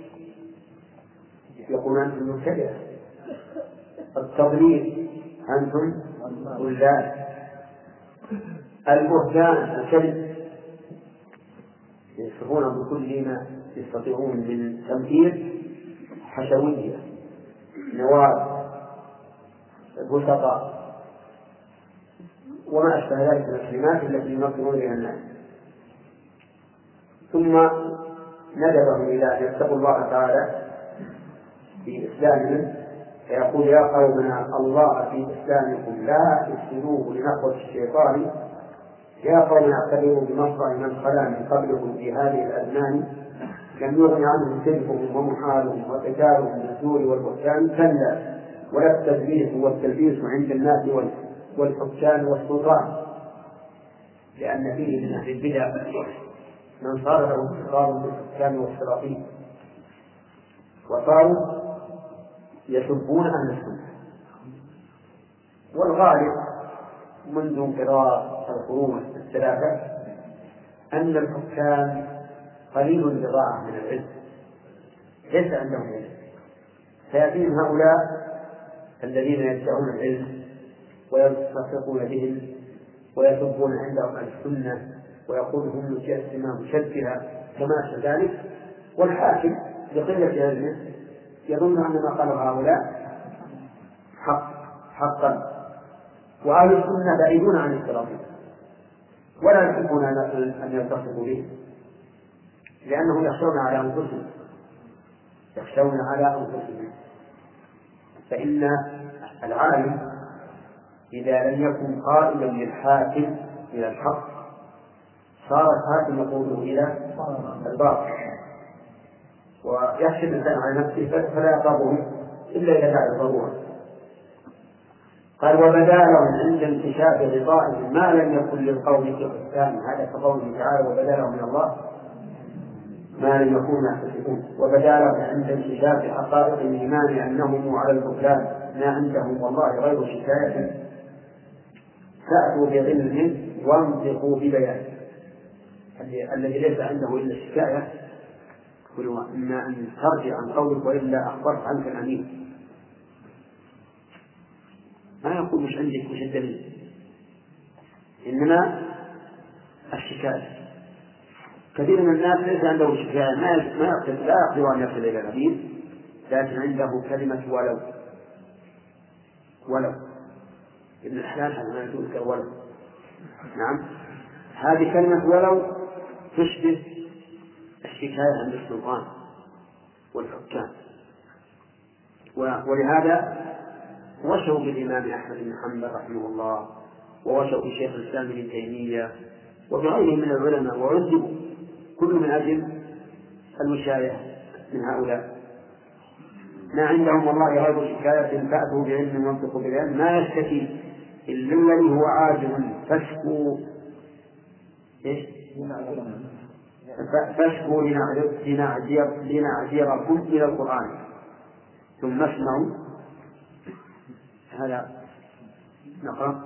يقول أنتم مبتدعة. التضليل أنتم ضلال. البهتان الكذب يصفون بكل ما يستطيعون من تمثيل حشوية نواب البسطاء وما أشبه ذلك من الكلمات التي ينظرون بها الناس. ثم ندبهم إلى أن يتقوا الله تعالى في إسلامهم، فيقول يا قومنا الله في إسلامكم لا تفسدوه لنخوة الشيطان، يا قوم اعتبروا بمصرع من خلا من قبلكم في هذه الأزمان لم يغن عنهم كذبهم ومحالهم وقتالهم بالزور والبهتان، كلا ولا التدليس والتلبيس عند الناس والحكام والسلطان، لأن فيه من أهل البدع من صار له افتخار بالحكام والسلاطين وصاروا يسبون أهل السنة. والغالب منذ انقضاء القرون الثلاثة أن الحكام قليل البضاعة من العلم، ليس عندهم علم، فيأتيهم هؤلاء الذين يدعون العلم ويلتصقون بهم ويسبون عندهم أهل السنة ويقول هم مجسمة مشبهة وما أشبه ذلك، والحاكم بقلة علمه يظن أن ما قاله هؤلاء حق حقا، وأهل السنة بعيدون عن السلاطين ولا يحبون أن يلتصقوا به، لأنهم يخشون على أنفسهم يخشون على أنفسهم. فإن العالم إذا لم يكن قائلا للحاكم إلى الحق صار الحاكم يقوله إلى الباطل، ويخشى الإنسان على نفسه فلا يقربه إلا إذا كان ضرورا. قال وبدا لهم عند انكشاف غطائهم ما لم يكن للقوم في حكام، هذا كقوله تعالى وبدا لهم من الله ما لم يكونوا يحتسبون، وبدا لهم عند انكشاف حقائق الإيمان أنهم على البطلان ما عندهم والله غير شكاية، فأتوا بعلم وانطقوا ببيان، الذي ليس عنده إلا الشكاية قلوا إما أن ترجع عن قولك وإلا أخبرت عنك الأمين، ما يقول مش عندك مش الدليل، إنما الشكاية. كثير من الناس ليس عنده شكاية، ما ما يقدر لا يقدر أن يصل إلى الأمين، لكن عنده كلمة ولو ولو ابن الحلال هذا ما يقول كولو. نعم، هذه كلمة ولو تشبه الشكاية عند السلطان والحكام، ولهذا وشوا بالإمام أحمد بن حنبل رحمه الله، ووشوا بشيخ الإسلام ابن تيمية وبغيرهم من العلماء، وعذبوا كل من أجل الوشاية من هؤلاء. ما عندهم والله غير شكاية فأتوا بعلم وانطقوا بالعلم ما يشتكي إلا الذي هو عاجز فاشكوا إيش؟ فاشكوا لنعذركم إلى القرآن ثم اسمعوا. هذا نقرأ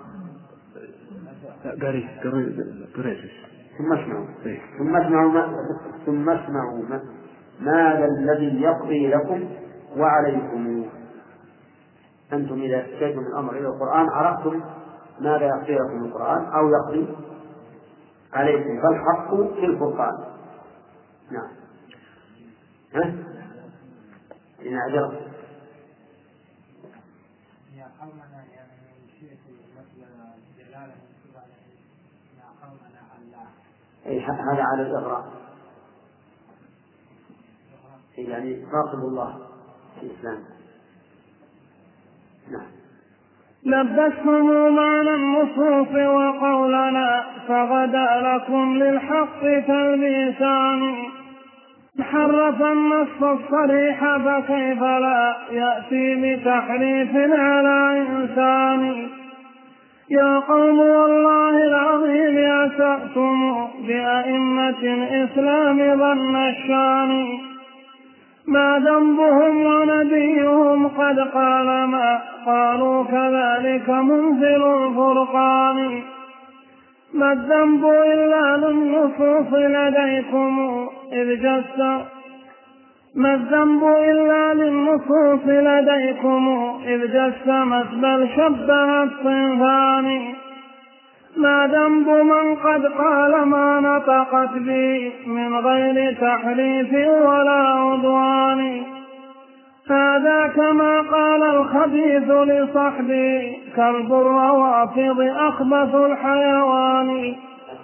قريب قريب قريب ثم اسمعوا ثم اسمعوا ثم اسمعوا ماذا الذي يقضي لكم وعليكم. أنتم إذا اشتكيتم من الأمر إلى القرآن عرفتم ماذا يقضي لكم القرآن أو يقضي عليكم، فالحق في الفرقان. نعم. ها؟ إن أعجب يا قومنا يعني من شيء مثل جلاله يا قومنا الله، أي هذا على الإغراء، يعني راقبوا الله في الإسلام. نعم. لبستم معنى النصوص وقولنا فغدا لكم للحق تلبيسان، حرف النص الصريح فكيف لا يأتي بتحريف على إنسان. يا قوم والله العظيم أسأتم بأئمة الإسلام ظن الشان، ما ذنبهم ونبيهم قد قال ما قالوا كذلك منزل الفرقان. ما الذنب إلا للنصوص لديكم إذ جس ما الذنب إلا للنصوص لديكم إذ جسمت بل شبهت صنفان. ما ذنب من قد قال ما نطقت به من غير تحريف ولا عدوان. هذا كما قال الخبيث لصحبه كلب الروافض أخبث الحيوان.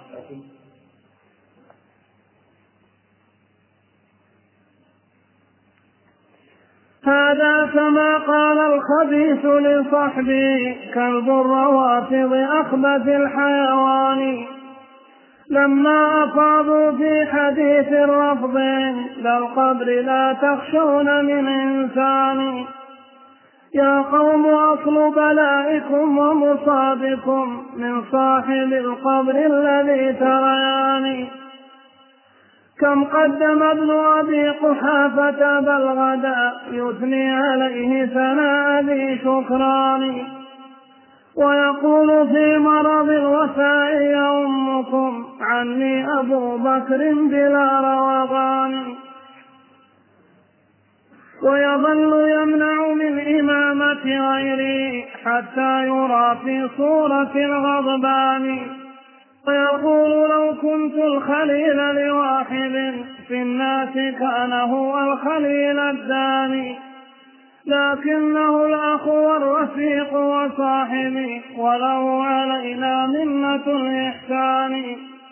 هذا كما قال الخبيث لصحبه كلب الروافض أخبث الحيوان. لما أفاضوا في حديث الرفض للقبر لا تخشون من إنسان. يا قوم أصل بلائكم ومصابكم من صاحب القبر الذي تريان. كم قدم ابن أبي قحافة بل غدا يثني عليه ثناء ذي شكران. ويقول في مرض الوفاء أمكم عني أبو بكر بلا روغان. ويظل يمنع من إمامة غيري حتى يرى في صورة الغضبان. ويقول لو كنت الخليل لواحد في الناس كان هو الخليل الداني. لكنه الأخ والرفيق وصاحبي وله علينا منة الإحسان.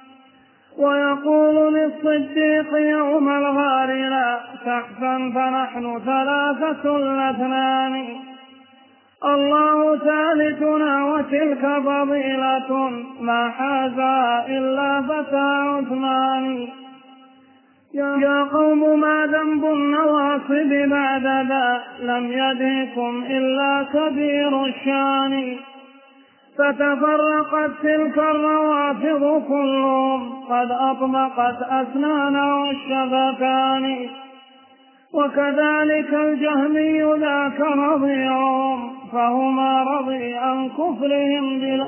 ويقول للصديق يوم الغار لا تحزن فنحن ثلاثة الاثنان. الله ثالثنا وتلك فضيلة ما حازا إلا فتى عثمان. يا قوم ما ذنب النواصب بعد ذا لم يدهكم إلا كبير الشان. فتفرقت تلك الروافض كلهم قد أطبقت أسنان والشفتان. وكذلك الجهمي ذاك رضيعهم فهما رضي عن كفرهم بلا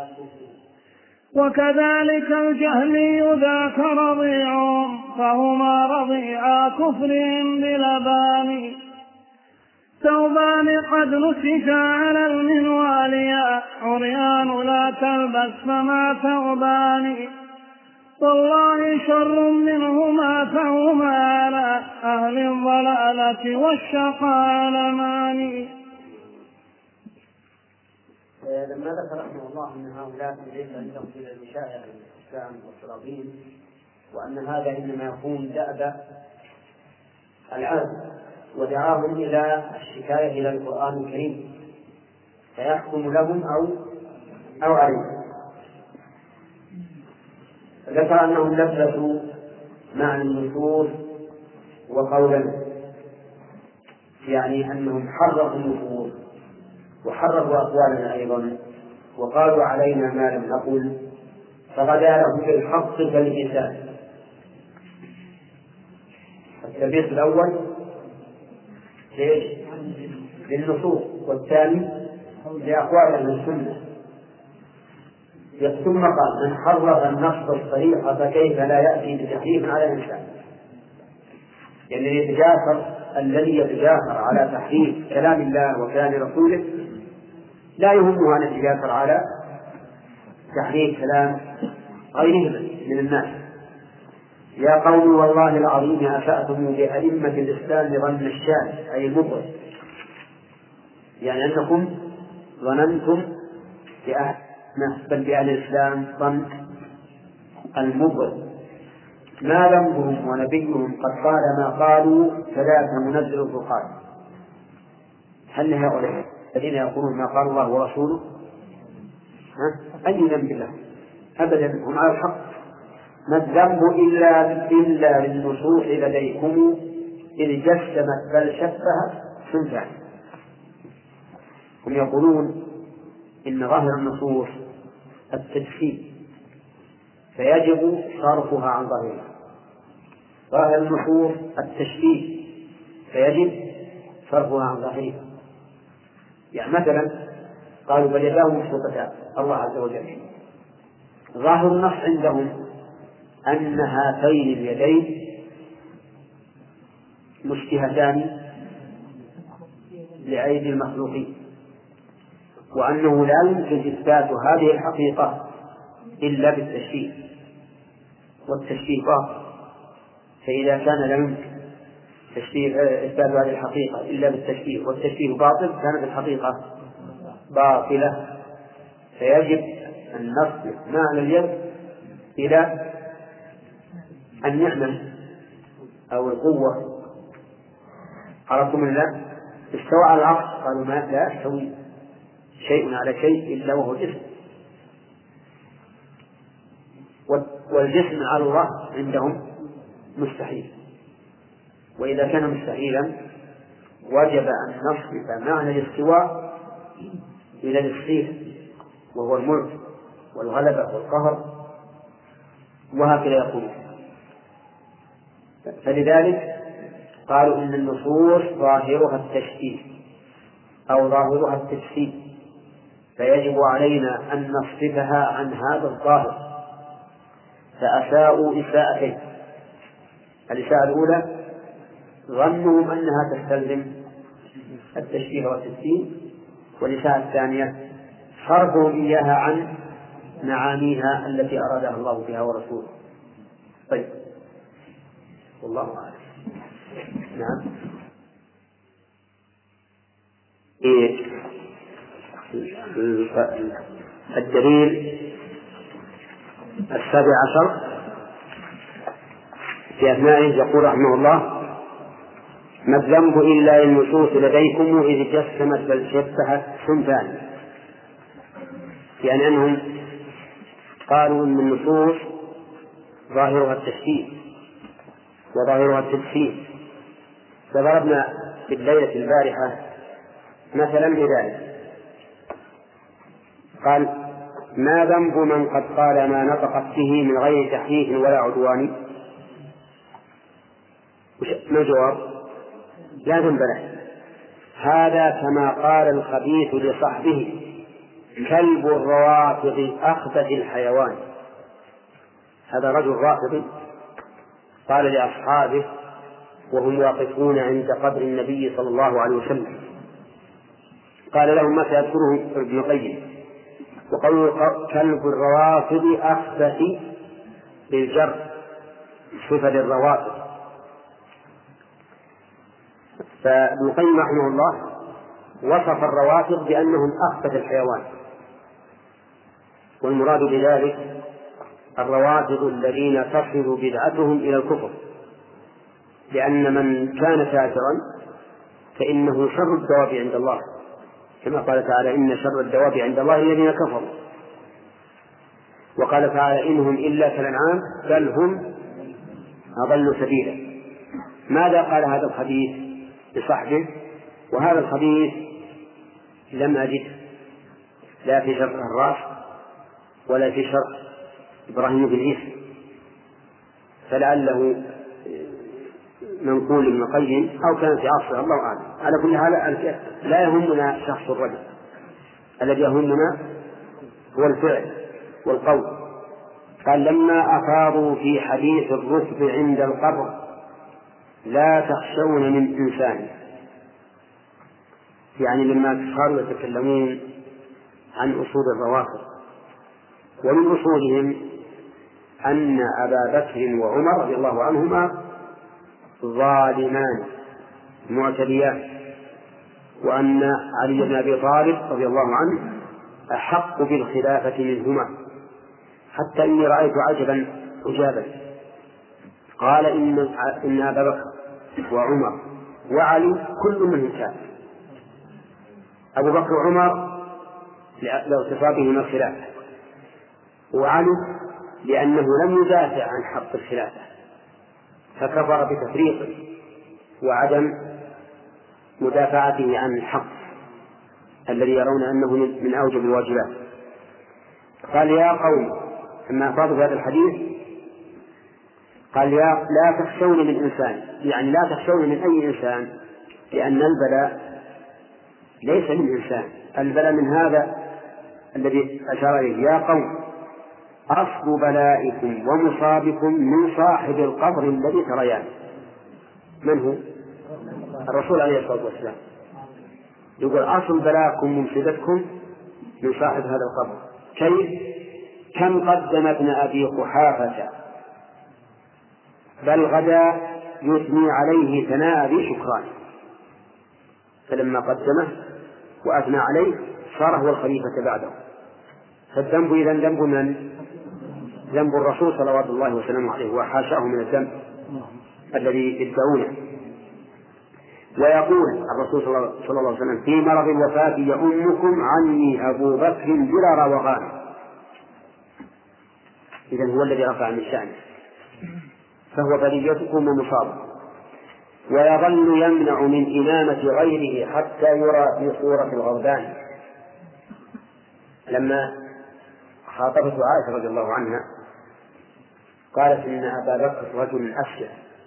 وكذلك الجهمي ذاك رضيعهم فهما رضيعا كفرهم بلبان. ثوبان قد نسجا على المنوال يا عريان لا تلبس فما ثوبان. والله شر منهما فهما على أهل الضلالة والشقاء علمان. لما ذكر رحمه الله أن هؤلاء ليس عندهم إلا المشاعر والإسلام والسلاطين وأن هذا إنما يكون دأب العالم ودعاهم إلى الشكاية إلى القرآن الكريم فيحكم لهم أو أو عليهم. ذكر أنهم لبسوا مع النصوص وقولا يعني أنهم حرفوا النصوص وحرفوا أقوالنا أيضا وقالوا علينا ما لم نقل فغدا لهم بالحق كالإنسان. التبييض الأول للنصوص والثاني لأقوال أهل السنة. ثم قال من حرف النص الصريح فكيف لا يأتي بتحريف على الإنسان. يعني يتجاسر الذي يتجاسر على تحريف كلام الله وكلام رسوله لا يهمه أن يتجاسر على تحريف كلام غيرهم من الناس. يا قوم والله العظيم أسأتم بأئمة الإسلام ظن الشاذ أي المبغض، يعني أنكم ظننتم بأهل بل بأهل الإسلام ظن المبغض. ما ذنبهم ونبيهم قد قال ما قالوا ثلاثة منزل الفرقان. هل هؤلاء الذين يقولون ما قال الله ورسوله أي ذنب لهم؟ أبدا هم على الحق. ما الذنب إلا إلا للنصوص لديكم إذ جسمت بل شبهت صنفان. هم يقولون إن ظاهر النصوص التجسيم فيجب صرفها عن ظاهرها. ظاهر النصوص التشبيه فيجب صرفها عن ظاهرها. يعني مثلا قالوا بل يداه مبسوطتان الله عز وجل، ظاهر النص عندهم أن هاتين اليدين مشبهتان لأيدي المخلوقين، وأنه لا يمكن إثبات هذه الحقيقة إلا بالتشبيه، والتشبيه باطل. فإذا كان لا يمكن تشبيه إثبات هذه الحقيقة إلا بالتشبيه، والتشبيه باطل كانت الحقيقة باطلة، فيجب أن نصرف معنى اليد إلى النعمة أو القوة. عرفتم الله؟ استوى على العرش، قالوا ما لا يستوي شيء على شيء إلا وهو جسم، والجسم على الله عندهم مستحيل، وإذا كان مستحيلا وجب أن نصرف معنى الاستواء إلى الصفة وهو الملك والغلبة والقهر، وهكذا يقول. فلذلك قالوا إن النصوص ظاهرها التشبيه أو ظاهرها التجسيد، فيجب علينا أن نصرفها عن هذا الظاهر، فأساءوا إساءتين. الإساءة الأولى ظنهم أنها تستلزم التشبيه والتجسيد، والإساءة الثانية صرفهم إياها عن معانيها التي أرادها الله بها ورسوله. طيب، والله أعلم. نعم. إيه الدليل السابع عشر في أثنائه يقول رحمه الله: ما الذنب إلا النصوص لديكم إذ جسمت بل شبهت صنفان. يعني أنهم قالوا إن النصوص ظاهرها التشبيه وظاهرها التجسيم، فضربنا في الليلة البارحة مثلا لذلك. قال: ما ذنب من قد قال ما نطقت به من غير تحريف ولا عدوان؟ ما الجواب؟ لا ذنب له. هذا كما قال الخبيث لصاحبه: كلب الروافض أخبث الحيوان. هذا رجل رافضي قال لأصحابه وهم واقفون عند قبر النبي صلى الله عليه وسلم، قال لهم ما سيذكره ابن القيم، وقالوا كلب الروافض أخبث بالجر صفة للروافض. فابن القيم رحمه الله وصف الروافض بأنهم أخبث الحيوان، والمراد بذلك الروافض الذين تصل بدعتهم إلى الكفر، لأن من كان كافرا فإنه شر الدواب عند الله، كما قال تعالى: إن شر الدواب عند الله الذين كفروا. وقال تعالى: إنهم إلا كالأنعام بل هم أضل سبيلا. ماذا قال هذا الخبيث لصاحبه؟ وهذا الخبيث لم أجد لا في شرح الراس ولا في شرح إبراهيم بن عيسى، فلعله منقول ابن القيم أو كان في عصره، الله أعلم. على كل حال لا يهمنا شخص الرجل، الذي يهمنا هو الفعل والقول. قال: لما أفاضوا في حديث الركب عند القبر لا تخشون من إنسان، يعني لما صاروا يتكلمون عن أصول الروافض، ومن أصولهم أن أبا بكر وعمر رضي الله عنهما ظالمان معتديان، وأن علي بن أبي طالب رضي الله عنه أحق بالخلافة منهما، حتى إني رأيت عجبا عجابا. قال: إن, إن أبا بكر وعمر وعلي كل منهم كافر. أبو بكر وعمر لاغتصابهما الخلافة، وعلي لأنه لم يدافع عن حق الخلافة فكفر بتفريطه وعدم مدافعته عن الحق الذي يرون أنه من أوجب الواجبات. قال: يا قوم، لما أفاضوا في هذا الحديث قال: يا لا تخشون من إنسان، يعني لا تخشون من أي إنسان، لأن البلاء ليس من إنسان، البلاء من هذا الذي أشار إليه. يا قوم، أصل بلائكم ومصابكم من صاحب القبر الذي تريان. من هو؟ الرسول عليه الصلاة والسلام يقول: أصل بلاءكم ومصيبتكم من صاحب هذا القبر. كيف؟ كم قدم ابن أبي قحافة بل غدا يثني عليه ثناء ذي شكران، فلما قدمه وأثنى عليه صار هو الخليفة بعده. فالذنب إذن ذنب من؟ ذنب الرسول صلوات الله وسلامه عليه، وحاشاه من الذنب الذي يدعونه. ويقول الرسول صلى الله عليه وسلم في مرض الوفاة: يؤمكم عني أبو بكر بلا روغان. إذن هو الذي رفع من شأنه، فهو بليتكم ومصابه. ويظل يمنع من إمامة غيره حتى يرى في صورة الغربان. لما خاطبته عائشة رضي الله عنها قالت إن أبا بكر رجل أسير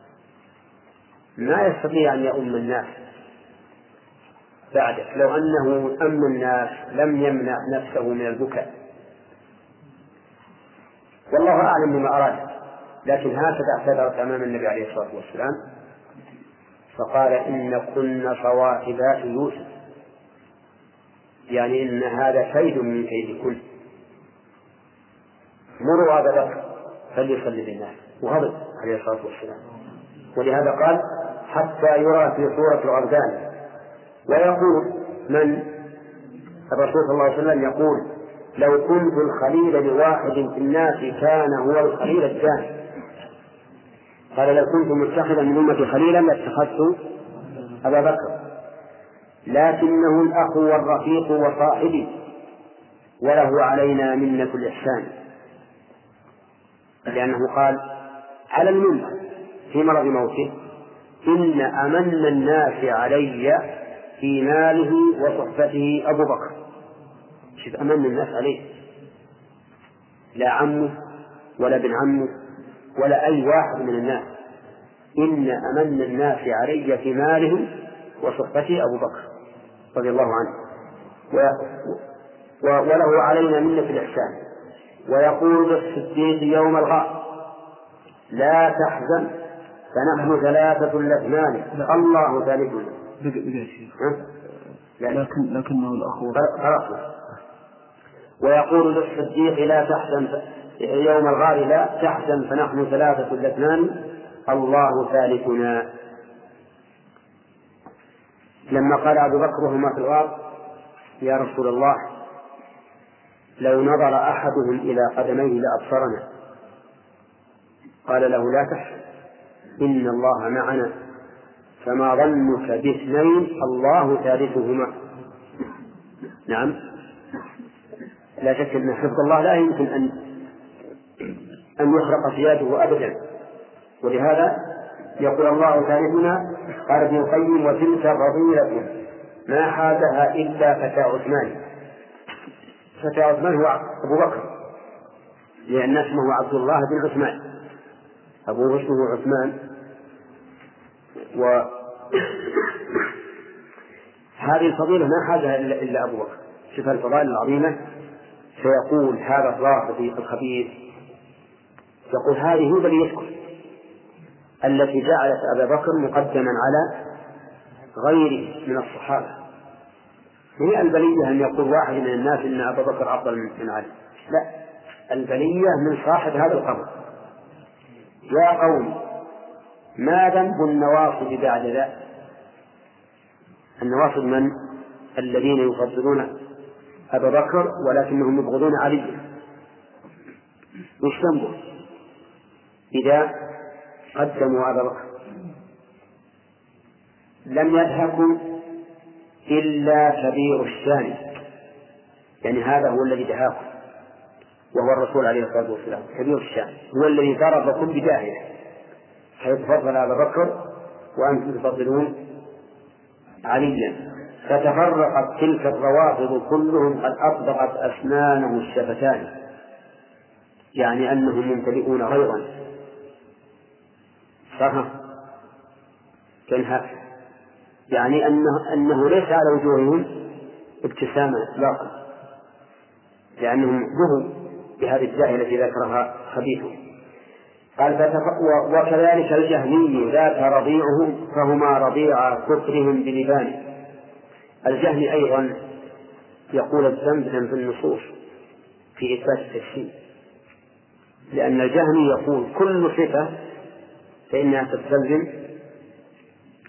ما يستطيع أن يؤم الناس بعدك، لو أنه أم الناس لم يمنع نفسه من البكاء. والله أعلم بما أراد، لكن هكذا اعتذرت أمام النبي عليه الصلاة والسلام فقال: إن كن صواحبات يوسف، يعني إن هذا كيد من كيدكن، مروا أبا بكر فليصلي بالناس. وغضب عليه الصلاة والسلام، ولهذا قال: حتى يرى في صورة الغربان. ويقول من؟ الرسول صلى الله عليه وسلم يقول: لو كنت الخليل لواحد في الناس كان هو الخليل الثاني. قال: لو كنت متخذا من أمتي خليلا لاتخذت أبا بكر، لكنه الأخ والرفيق وصاحبي وله علينا منة الإحسان، لأنه قال على المنبر في مرض موته: إن أمن الناس علي في ماله وصحبته أبو بكر. شوف، أمن الناس عليه، لا عمه ولا ابن عمه ولا أي واحد من الناس، إن أمن الناس علي في ماله وصحبته أبو بكر رضي الله عنه وله علينا منة الإحسان. ويقول للصديق يوم الغار: لا تحزن فنحن ثلاثة الاثنان الله ثالثنا. لكن لكنه الأخوة. ويقول للصديق: لا تحزن يوم الغار لا تحزن فنحن ثلاثة الاثنان الله ثالثنا. لما قال أبو بكر وهما في الغار: يا رسول الله، لو نظر أحدهم إلى قدميه لأبصرنا. قال له: لا تحزن إن الله معنا، فما ظنك باثنين الله ثالثهما. نعم، لا شك أن حفظ الله لا يمكن أن أن يحرق ثيابه أبدا، ولهذا يقول الله ثالثنا. قال ابن القيم: وتلك فضيلة ما حازها إلا فتى عثمان. فتى عثمان هو أبو بكر، لأن اسمه عبد الله بن عثمان، أبوه اسمه عثمان. وهذه الفضيلة ما حازها إلا أبو بكر. شوف الفضائل العظيمة. فيقول هذا الرافضي الخبيث، يقول: هذه هو بليتكم التي جعلت أبا بكر مقدما على غيره من الصحابة. هي البلية أن يقول واحد من الناس إن أبا بكر أفضل من علي، لا، البلية من صاحب هذا القبر. يا قوم، ما ذنب النواصب بعد ذا؟ النواصب من؟ الذين يفضلون أبا بكر ولكنهم يبغضون علي. وش ذنبه إذا قدموا أبا بكر؟ لم يدهكم إلا كبير الشان، يعني هذا هو الذي دهاكم، وهو الرسول عليه الصلاة والسلام. كبير الشان هو الذي ضربكم بداهية، حيث فضل أبا بكر وأنتم تفضلون عليا. فتفرقت تلك الروافض كلهم قد أطبقت أسنانه الشفتان، يعني أنهم ممتلئون غيظا. صح؟ كان يعني أنه, أنه ليس على وجوههم ابتسامة إطلاقا، لأنهم ذهبوا بهذه الداهية التي ذكرها خبيثه. قال: وكذلك الجهمي ذاك رضيعهم فهما رضيع كفرهم بلبان. الجهمي أيضا يقول الذنب ذنب النصوص في إثبات التكفير، لأن الجهمي يقول كل صفة فإنها تستلزم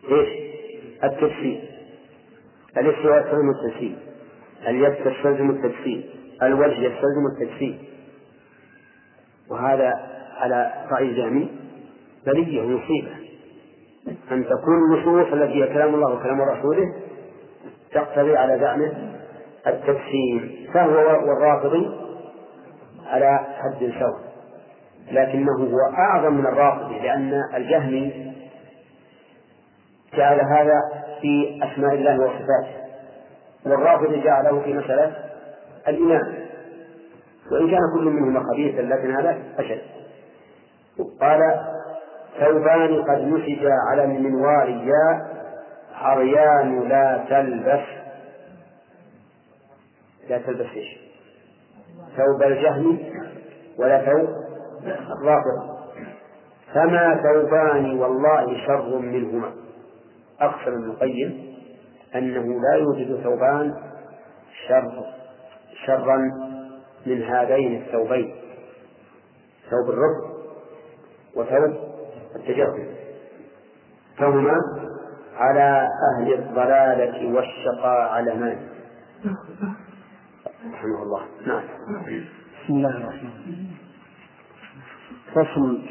إيش؟ التجسيم. الاستواء يستلزم التجسيم، اليد تستلزم التجسيم، الوجه يستلزم التجسيم. وهذا على رأي الجهمي بلية ومصيبة، أن تكون النصوص التي هي كلام الله وكلام رسوله تقتضي على زعمه التجسيم، فهو والرافضي على حد سواء، لكنه هو أعظم من الرافضي، لأن الجهمي جعل هذا في أسماء الله وصفاته، والرافضي جعله في مسألة الإيمان، وإن كان كل منهما خبيثا لكن هذا أشد. قال ثوبان قد نسجا على المنوار يا عريان لا تلبس. لا تلبس إيش؟ ثوب الجهم ولا ثوب الرافض. فما ثوبان والله شر منهما. أقسم ابن القيم أنه لا يوجد ثوبان شر شرا من هذين الثوبين، ثوب الرفض وثوب التجهم، فهما على أهل الضلالة والشقاء علمان. رحمه الله. نعم. بسم الله الرحمن الرحيم. فصل.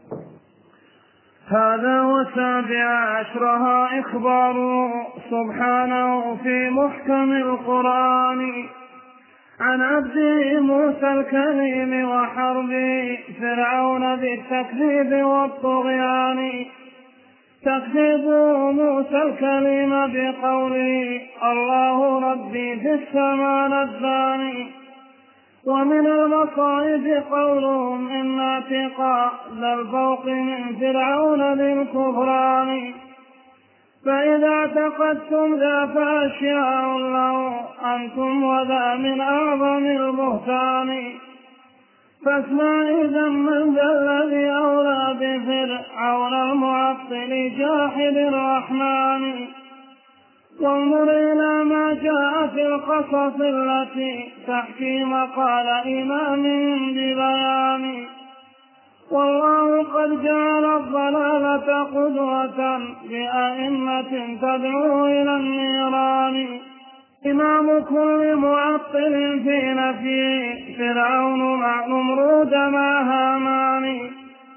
هذا وسابع عشرها إخبار سبحانه في محكم القرآن عن عبده موسى الكليم وحرب فرعون بالتكذيب والطغيان. تكذيب موسى الكليم بقوله الله ربي في السماء نباني، ومن المصائب قولهم إن اعتقاء ذا الفوق من فرعون للكفران. فإذا اعتقدتم ذا فأشياء له أنتم وذا من أعظم البهتان. فاسمع إذا من ذا الذي أولى بفرعون المعطل جاحد الرحمن. وانظر إلى ما جاء في القصص التي تحكي مقال إمام ببيان. والله قد جعل الضلالة قدوة بأئمة تدعو إلى النيران. إمام كل معطل في نفيه فرعون مع نمرود مع هامان.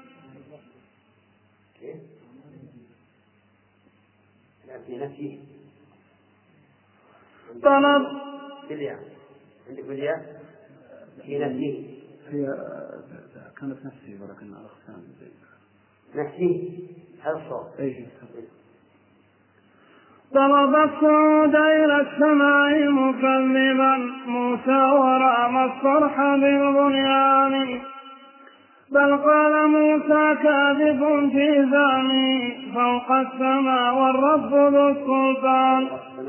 طلب عندك بالياء في نفسه، هي كانت نفسي ولكن على خسان نفسه هذا الصوت. أيه. طلب الصعود إلى السماء مكذبا موسى ورام الصرح بالبنيان. بل قال موسى كاذب في زعمه فوق السماء والرب ذو السلطان.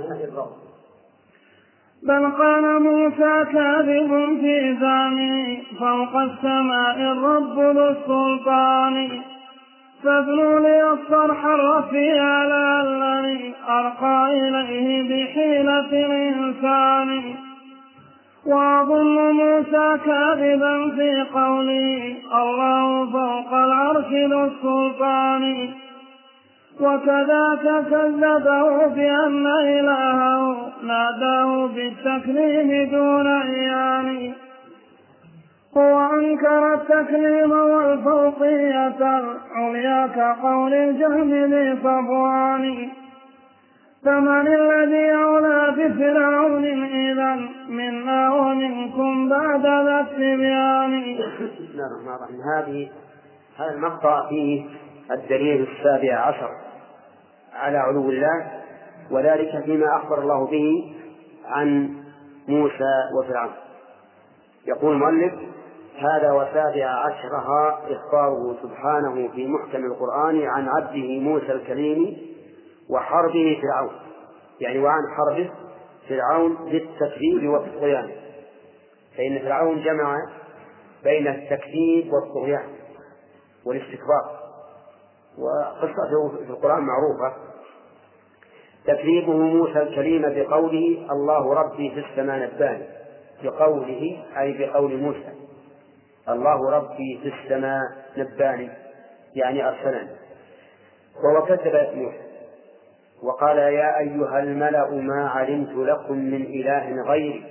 بل قال موسى كاذب في زعمه فوق السماء الرب ذو السلطان. فابنوا لي الصرح الرفيع لعلني أرقى إليه بحيلة الإنسان. وأظن موسى كاذبا في قوله الله فوق العرش ذو السلطان. وكذاك كذبه بأن إلهه ناداه بالتكليم دون عيان. هو أنكر التكليم والفوقية العليا كقول الجهم لصفوان. فمن الذي أولى بفرعون إذا منا ومنكم بعد ذا التبيان. هذه هذا المقطع فيه الدليل السابع عشر على علو الله، وذلك فيما أخبر الله به عن موسى وفرعون. يقول المؤلف هذا وسابع عشرها إخباره سبحانه في محكم القرآن عن عبده موسى الكليم وحربه فرعون، يعني وعن حربه فرعون بالتكذيب والطغيان، فإن فرعون جمع بين التكذيب والطغيان والاستكبار، وقصته في القرآن معروفة. تكذيبه موسى الكليم بقوله الله ربي في السماء نباني، بقوله أي بقول موسى الله ربي في السماء نباني، يعني أرسلني. وهو كذب موسى وقال يا أيها الملأ ما علمت لكم من إله غيري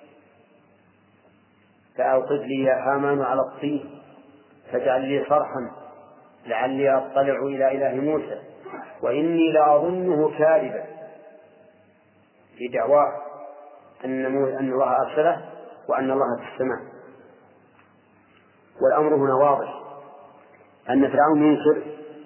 فأوقد لي يا هامان على الطين فاجعل لي صرحا لعلي أطلع إلى إله موسى وإني لأظنه كاذبا في دعواه أن أن الله أرسله وأن الله في السماء. والأمر هنا واضح أن فرعون ينكر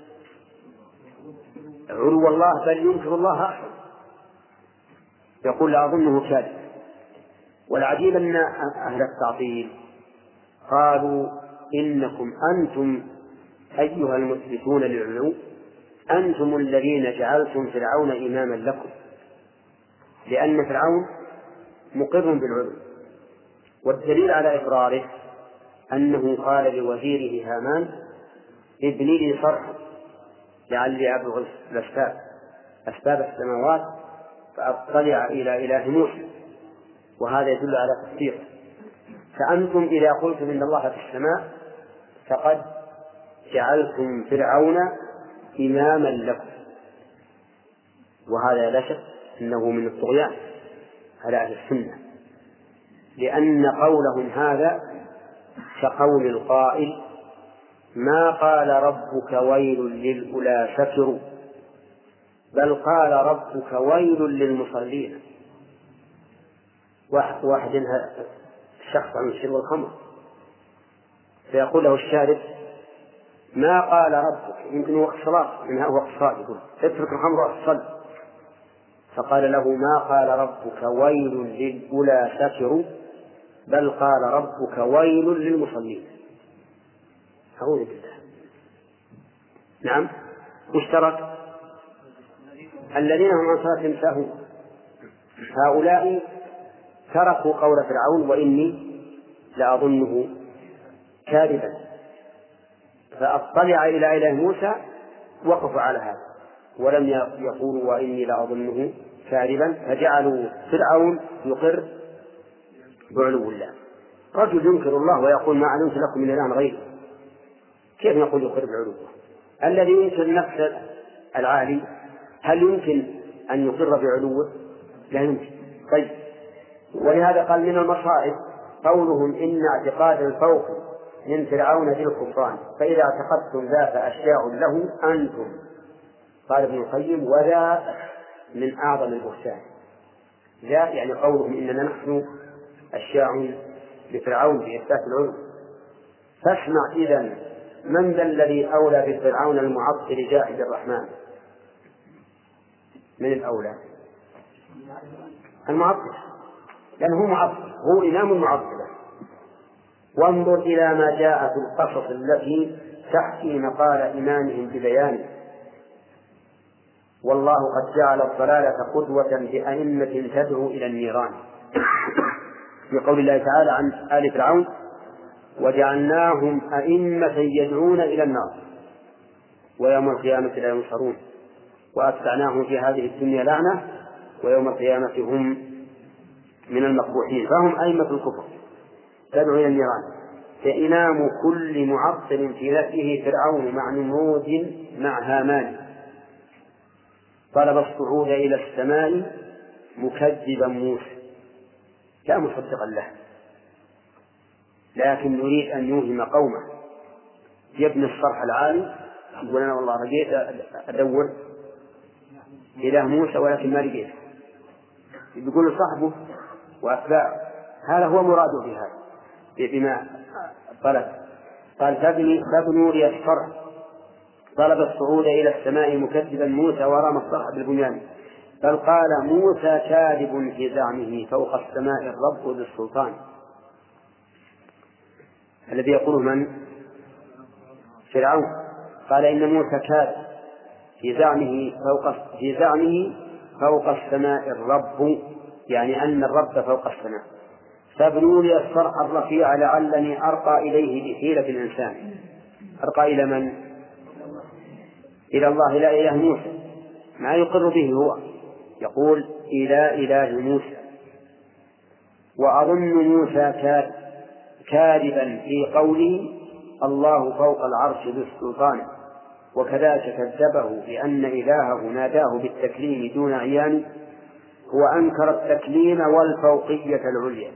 علو الله بل ينكر الله أحد، يقول لأظنه كاذب. والعجيب أن أهل التعطيل قالوا إنكم أنتم أيها المثبتون للعلو أنتم الذين جعلتم فرعون إماما لكم، لأن فرعون مقر بالعلو. والدليل على إقراره أنه قال لوزيره هامان ابني لي صرحا لعلي أبلغ الأسباب أسباب السماوات فأطلع إلى إله موسى، وهذا يدل على تفسيره. فأنتم إذا قلتم إن الله في السماء فقد جعلتم فرعون إماما لكم، وهذا لا شك أنه من الطغيان على أهل السنة، لأن قولهم هذا كقول القائل ما قال ربك ويل للأولى سكروا بل قال ربك ويل للمصلين. واحد الشخص عن شرب الخمر فيقول له الشارب ما قال ربك، يمكن وقت صلاة إنها وقت صلاة، يقول اترك الخمر وأصل، فقال له ما قال ربك ويل للأولى سكروا بل قال ربك ويل للمصلين. أعوذ بالله. نعم مشترك الذين هم عن صلاتهم ساهون، هؤلاء تركوا قول فرعون وإني لأظنه كاذبا، فأطلع إلى إله موسى وقفوا على هذا ولم يقولوا وإني لأظنه كاذبا، فجعلوا فرعون يقر بعلو الله. رجل ينكر الله ويقول ما علمت لكم من إله غيره، كيف يقول يقر بعلوه؟ الذي ينكر نفس العالي هل يمكن أن يقر بعلوه؟ لا يمكن. طيب، ولهذا قال من المصائب قولهم إن اعتقاد الفوق من فرعون ذي الكفران فإذا اعتقدتم ذات أشياء له أنتم. قال ابن القيم وذا من أعظم البهتان، ذا يعني قولهم إننا نحن أشياء لفرعون في إثبات العلو. فاسمع إذن من ذا الذي أولى بالفرعون المعطل جاحد الرحمن؟ من الأولى؟ المعطل، لأنه معطل، هو إمام المعطلة. وانظر إلى ما جاء في القصص التي تحكي مقال إمامهم ببيانه والله قد جعل الضلالة قدوة بأئمة تدعو إلى النيران في قول الله تعالى عن آل فرعون وجعلناهم أئمة يدعون إلى النار ويوم القيامة لا ينصرون وأتبعناهم في هذه الدنيا لعنة ويوم القيامة هم من المقبوحين. فهم أئمة الكفر تدعو إلى النيران. فإمام كل معطل في نفسه فرعون مع نمرود مع هامان طلب الصعود إلى السماء مكذبا موسى لا مصدقا له، لكن نريد أن يوهم قومه يبني الصرح العالي يقول أنا والله رجيت أدور إله موسى ولكن ما لقيته، يقول صاحبه وأتباعه هذا هو مراده في هذا بما طلب. قال فابنوا لي الصرح طلب الصعود إلى السماء مكذبا موسى ورمى الصرح بالبنيان بل قال موسى كاذب في زعمه فوق السماء الرب بالسلطان. الذي يقوله من؟ فرعون. قال إن موسى كاذب في زعمه فوق في زعمه فوق السماء الرب، يعني أن الرب فوق السماء. فابنوا لي الصرح الرفيع لعلني أرقى إليه بحيلة الإنسان. أرقى إلى من؟ إلى الله لا إله موسى، ما يقر به هو، يقول إلى إله موسى. وأظن موسى كاذبا في قوله الله فوق العرش بالسلطان، وكذلك كذبه بأن إلهه ناداه بالتكليم دون عيان، هو أنكر التكليم والفوقية العليا،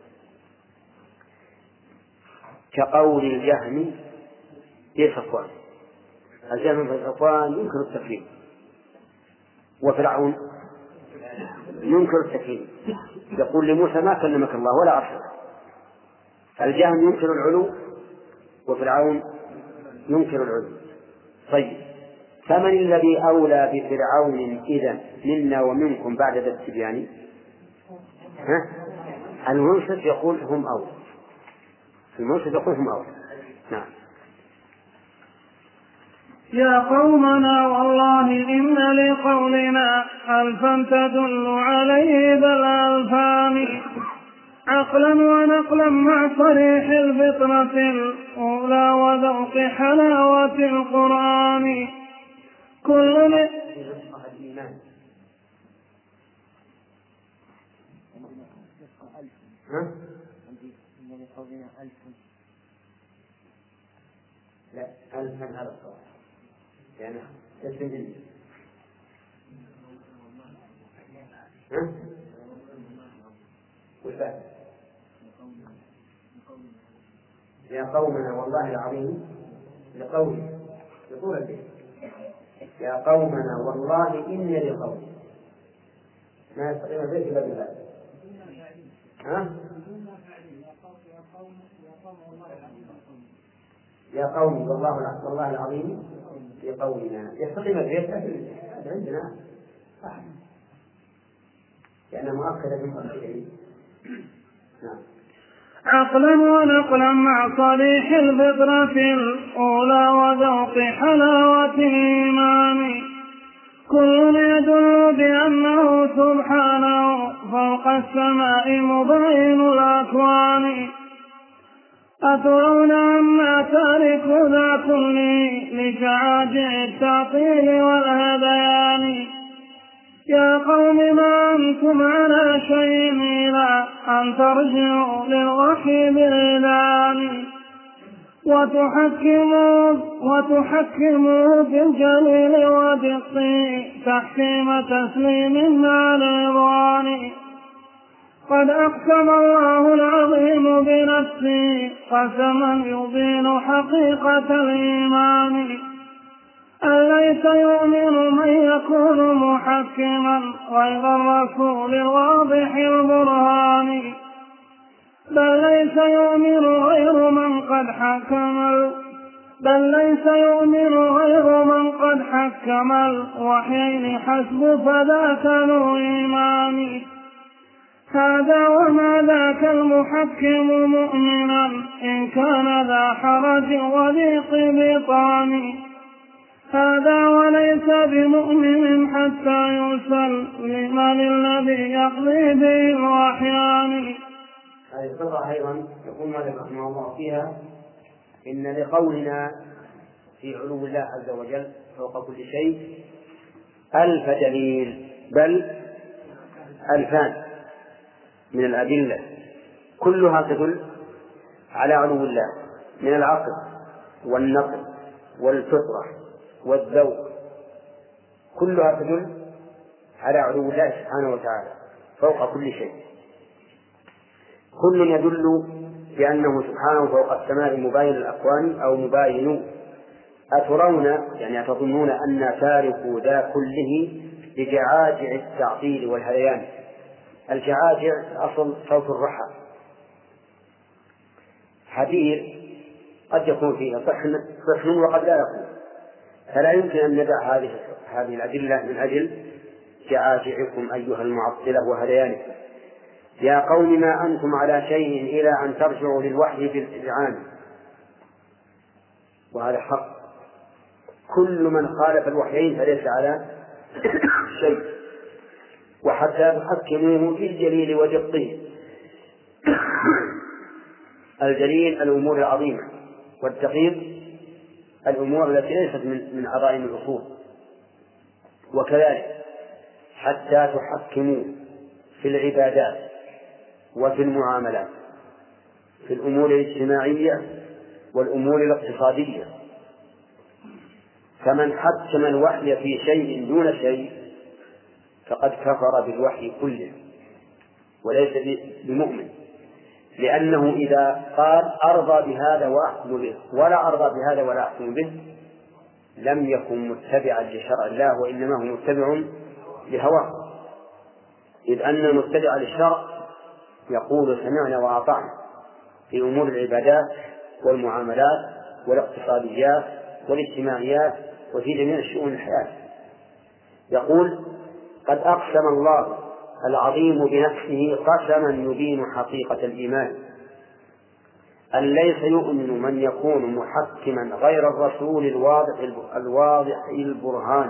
كقول الجهم في صفوان. الجهم في صفوان ينكر التكليم، وفرعون ينكر التكليم، يقول لموسى ما كلمك الله ولا أرسل. الجهم ينكر العلو وفرعون ينكر العلو. طيب، فمن الذي أولى بفرعون إذن منا ومنكم بعد ذا التبيان؟ ها؟ المنصف يقول هم أولى، المنصف يقول هم أولى. نعم. يا قومنا والله إن لقولنا ألفا تدل عليه بل ألفان، عقلا ونقلا مع صريح الفطرة الأولى وذوق حلاوة القرآن. كل ن... لا ألفا هذا الصواب يعني تسجيل. ها؟ والبعد يا قومنا والله العظيم لقوله يقول البيت يا قومنا والله إن لقوله ما يستقيم البيت إلا بالله. ها؟ يا قوم والله والله العظيم في قولنا يستقيم البيت عندنا صح لأنه مؤكد بالمؤكدين. نعم. عقلا ونقلا مع صريح الفطرة الأولى وذوق حلاوة الإيمان، كل يدل بأنه سبحانه فوق السماء مبين الأكوان. أترون أما تارك ذا كله لشعاجع التعطيل والهذيان؟ يا قوم ما أنتم على شيء إلا أن ترجعوا للوحي بالإذان، وتحكموا وتحكموا في الجليل وبالطيب تحكيم تسليم مع الرضوان. قد أقسم الله العظيم بنفسه قسما يبين حقيقة الإيمان، أليس يؤمن من يكون محكما غير الرسول الواضح البرهان؟ بل ليس يؤمن غير من قد حكم بل ليس يؤمن غير من قد حكم الوحيين حسب فذاك ذو إيمان. هذا وما ذاك المحكم مؤمنا إن كان ذا حرج وضيق بطان، هذا وليس بمؤمن حتى يسلم للذي يقضي به الوحيان. هذه القطعة أيضا يقول مالك رحمه الله فيها إن لقولنا في علو الله عز وجل فوق كل شيء ألف دليل، بل ألفان من الأدلة كلها تدل على علو الله، من العقل والنقل والفطرة والذوق، كلها تدل على علو الله سبحانه وتعالى فوق كل شيء. كل يدل بأنه سبحانه فوق السماء مباين الأكوان أو مباين. أترون يعني أتظنون أن تاركوا ذا كله لجعاجع التعطيل والهذيان. الجعاجع أصل صوت الرحى، حدير قد يكون فيه صحن صحن وقد لا يكون، فلا يمكن أن ندع هذه هذه الأدلة من أجل جعاجعكم أيها المعطلة وهذيانكم. يا قوم ما أنتم على شيء إلى أن ترجعوا للوحي بالإذعان. وهذا حق، كل من خالف الوحيين فليس على شيء، وحتى تحكموه في الجليل ودقه. الجليل الأمور العظيمة، والدقيق الأمور التي ليست من من عظائم الأصول. وكذلك حتى تحكموا في العبادات وفي المعاملات، في الأمور الاجتماعية والأمور الاقتصادية. فمن حكم الوحي في شيء دون شيء فقد كفر بالوحي كله وليس بمؤمن، لأنه إذا قال أرضى بهذا وأحكم به ولا أرضى بهذا ولا أحكم به لم يكن متبعا لشرع الله، وإنما هو متبع لهواه، إذ أن المتبع للشرع يقول سمعنا وأطعنا في أمور العبادات والمعاملات والاقتصاديات والاجتماعيات وفي جميع شؤون الحياة. يقول قد أقسم الله العظيم بنفسه قسما يبين حقيقة الإيمان أن ليس يؤمن من يكون محكما غير الرسول الواضح الواضح البرهان،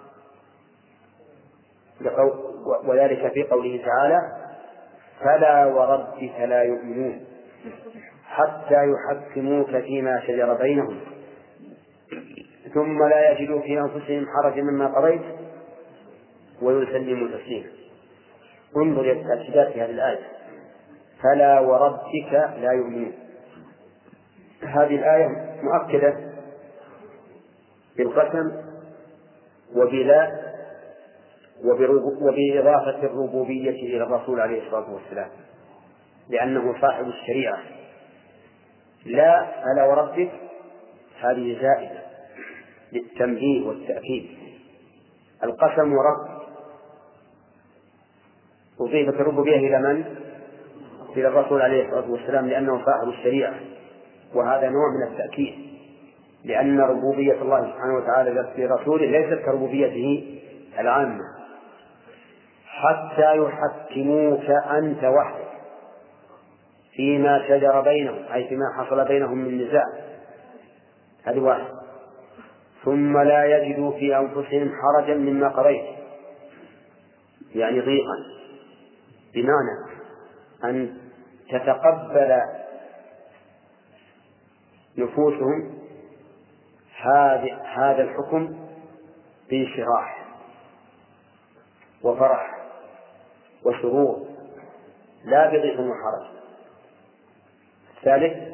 وذلك في قوله تعالى فلا وربك لا يؤمنون حتى يحكموك فيما شجر بينهم ثم لا يجدوا في أنفسهم حرجا مما قضيت ويسلموا تسليما. انظر التأكيدات في هذه الآية فلا وربك لا يؤمنون. هذه الآية مؤكدة بالقسم وبلا وبإضافة الربوبية إلى الرسول عليه الصلاة والسلام لأنه صاحب الشريعة. لا فلا وربك هذه زائدة للتنبيه والتأكيد. القسم ورب أضيفت الربوبية إلى من؟ إلى الرسول عليه الصلاة والسلام لأنه صاحب الشريعة، وهذا نوع من التأكيد لأن ربوبية الله سبحانه وتعالى في رسوله ليست كربوبيته العامة. حتى يحكموك أنت وحدك فيما شجر بينهم أي فيما حصل بينهم من نزاع، هذه واحد، ثم لا يجدوا في أنفسهم حرجا مما قضيت يعني ضيقا، بمعنى أن تتقبل نفوسهم هذا الحكم بانشراح وفرح وسرور لا بضيق وحرج. الثالث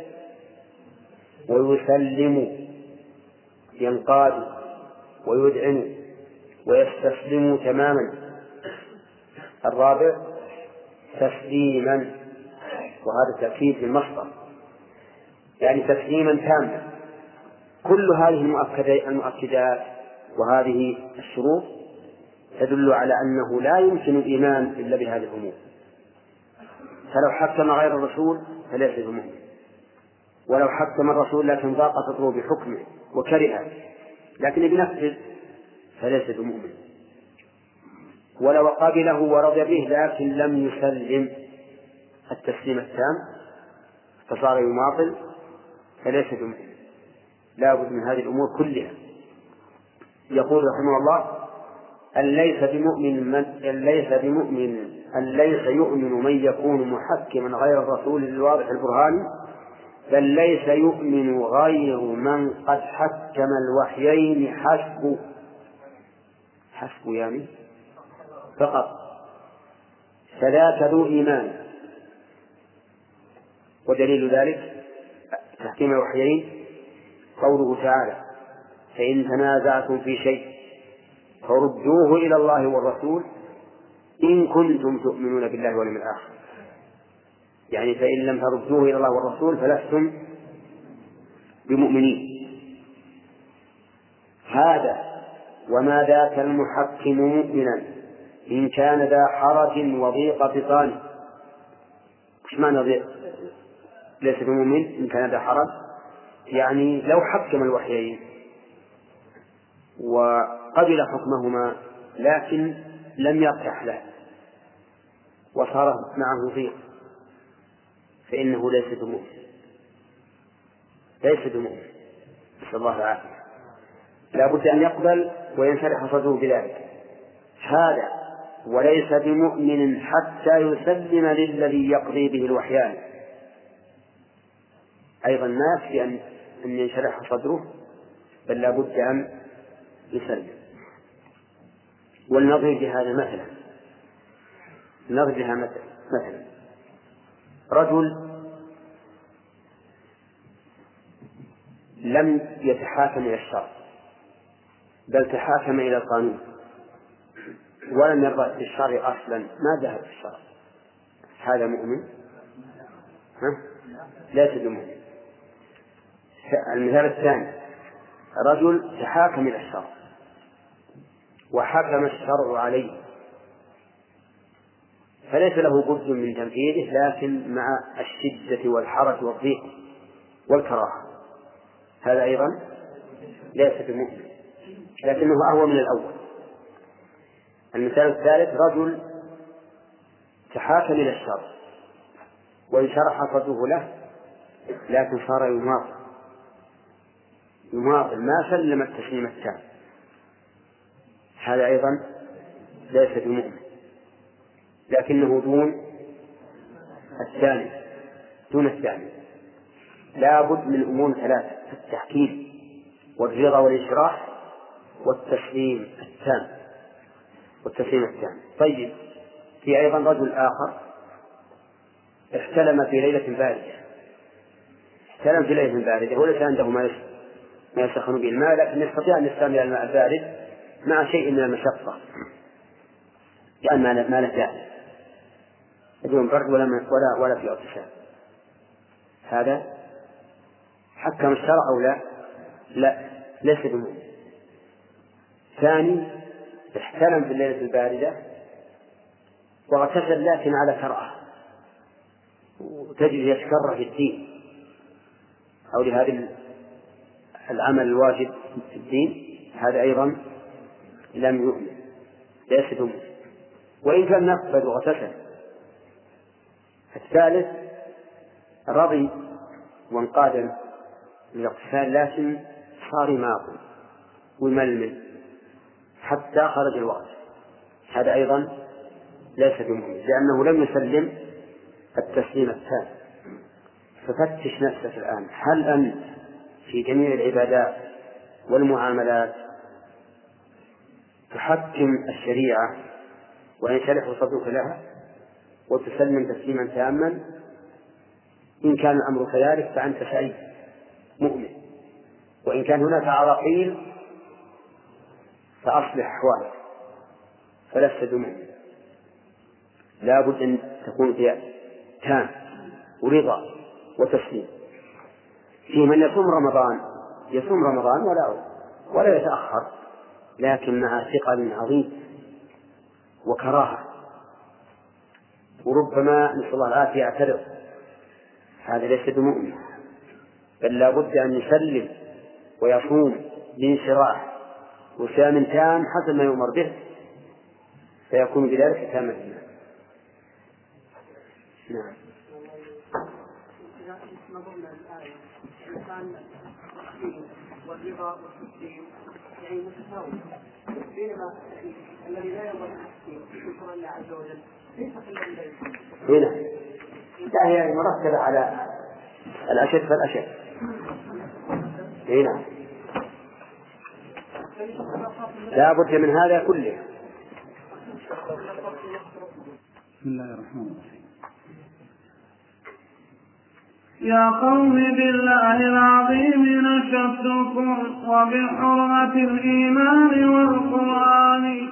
ويسلموا ينقادوا ويذعنوا ويستسلموا تماما. الرابع تسليما، وهذا تأكيد في المصدر يعني تسليما تاما. كل هذه المؤكدات وهذه الشروط تدل على أنه لا يمكن الإيمان إلا بهذه الأمور. فلو حكم غير الرسول فليس بمؤمن، ولو حكم الرسول لكن ضاق صدره بحكمه وكرهه لكن بنفسه فليس بمؤمن، ولو قبله ورضي به لكن لم يسلم التسليم التام فصار يماطل فليس بمؤمن. لا بد من هذه الأمور كلها. يقول رحمه الله أن ليس بمؤمن من أن ليس بمؤمن أن ليس يؤمن من يكون محكما غير الرسول الواضح البرهان، بل ليس يؤمن غير من قد حكم الوحيين حسب حسب يعني فقط، فذاك ذو إيمان. ودليل ذلك تحكيم الوحيين قوله تعالى فإن تنازعتم في شيء فردوه إلى الله والرسول إن كنتم تؤمنون بالله واليوم الآخر، يعني فإن لم تردوه إلى الله والرسول فلستم بمؤمنين. هذا وما ذاك المحكم مؤمنا إن كان ذا حرج وضيق بطان. إيش معنى ضيق؟ ليس بمؤمن إن كان ذا حرج يعني لو حكم الوحيين وقبل حكمهما لكن لم يرتاح له وصار معه ضيق فإنه ليس بمؤمن ليس بمؤمن نسأل الله العافية. لا بد أن يقبل وينشرح صدره بذلك. هذا وليس بمؤمن حتى يسلم للذي يقضي به الوحيان. أيضا ما يكفي أن أن ينشرح صدره بل لا بد أن يسلم. والنظر بهذا مثلا نظر بها مثلا مثلا رجل لم يتحاكم إلى الشرع بل تحاكم إلى القانون ولم يرضى بالشرع أصلا، ما ذهب بالشرع، هذا مؤمن؟ ها؟ ليس بمؤمن. المثال الثاني: رجل تحاكم إلى الشرع وحكم الشرع عليه فليس له بد من تنفيذه، لكن مع الشدة والحرج والضيق والكراهة، هذا أيضا ليس بمؤمن لكنه أهوى من الأول. المثال الثالث: رجل تحاكم إلى الشرع وانشرح صدره له لكن صار يماطل يماطل ما سلم التسليم التام، هذا أيضا ليس بمؤمن لكنه دون الثاني دون الثاني. لا بد من أمور ثلاثة: التحكيم والرضا والإشراح والتسليم التام والتسليم التام. طيب، في أيضا رجل آخر احتلم في ليلة باردة احتلم في ليلة باردة وليس عنده ما يسخن به الماء، لكن يستطيع أن يستعمل الماء البارد مع شيء من المشقة، لأن يعني ما له داعي بدون برد ولا ولا ولا في اغتسال. هذا حكم الشرع أو لا؟ لا، ليس بمؤمن. ثاني: احتلم في الليلة الباردة واغتسل لكن على كراهة، وتجد يتكره في الدين أو لهذا العمل الواجب في الدين، هذا أيضا لم يؤمن ليس بمؤمن وإن كان نفذ واغتسل. الثالث: رضي وانقاد للاغتسال لكن صار يماطل ويململ حتى خرج الوقت، هذا أيضا ليس بمؤمن لأنه لم يسلم التسليم التام. ففتش نفسك الآن، هل أنت في جميع العبادات والمعاملات تحكم الشريعة وينشرح صدرك لها وتسلم تسليما تاما؟ إن كان الأمر كذلك فأنت سعيد مؤمن، وإن كان هناك عراقيل فأصلح أحوالك فلست بمؤمن. لا بد أن تكون فيها تام ورضا وتسليم. في من يصوم رمضان يصوم رمضان ولا ولا يتأخر لكن مع ثقل عظيم وكراهة، وربما نسأل الله العافية يعترض، هذا ليس بمؤمن، بل لا بد أن يسلم ويصوم بانشراح وسام تام حسب ما يؤمر به فيكون بذلك تام الإيمان. نعم. والرضا والتسليم يعني متساوي، بينما الذي لا يرضى بالتسليم شكرا لله عز وجل ليس الذي لا يسلم. هنا لا، هي مرتبة على الأشد فالأشد. هنا لا بد من هذا كله. بسم الله الرحمن الرحيم. يا قوم بالله العظيم نشدتكم وبحرمة الإيمان والقرآن،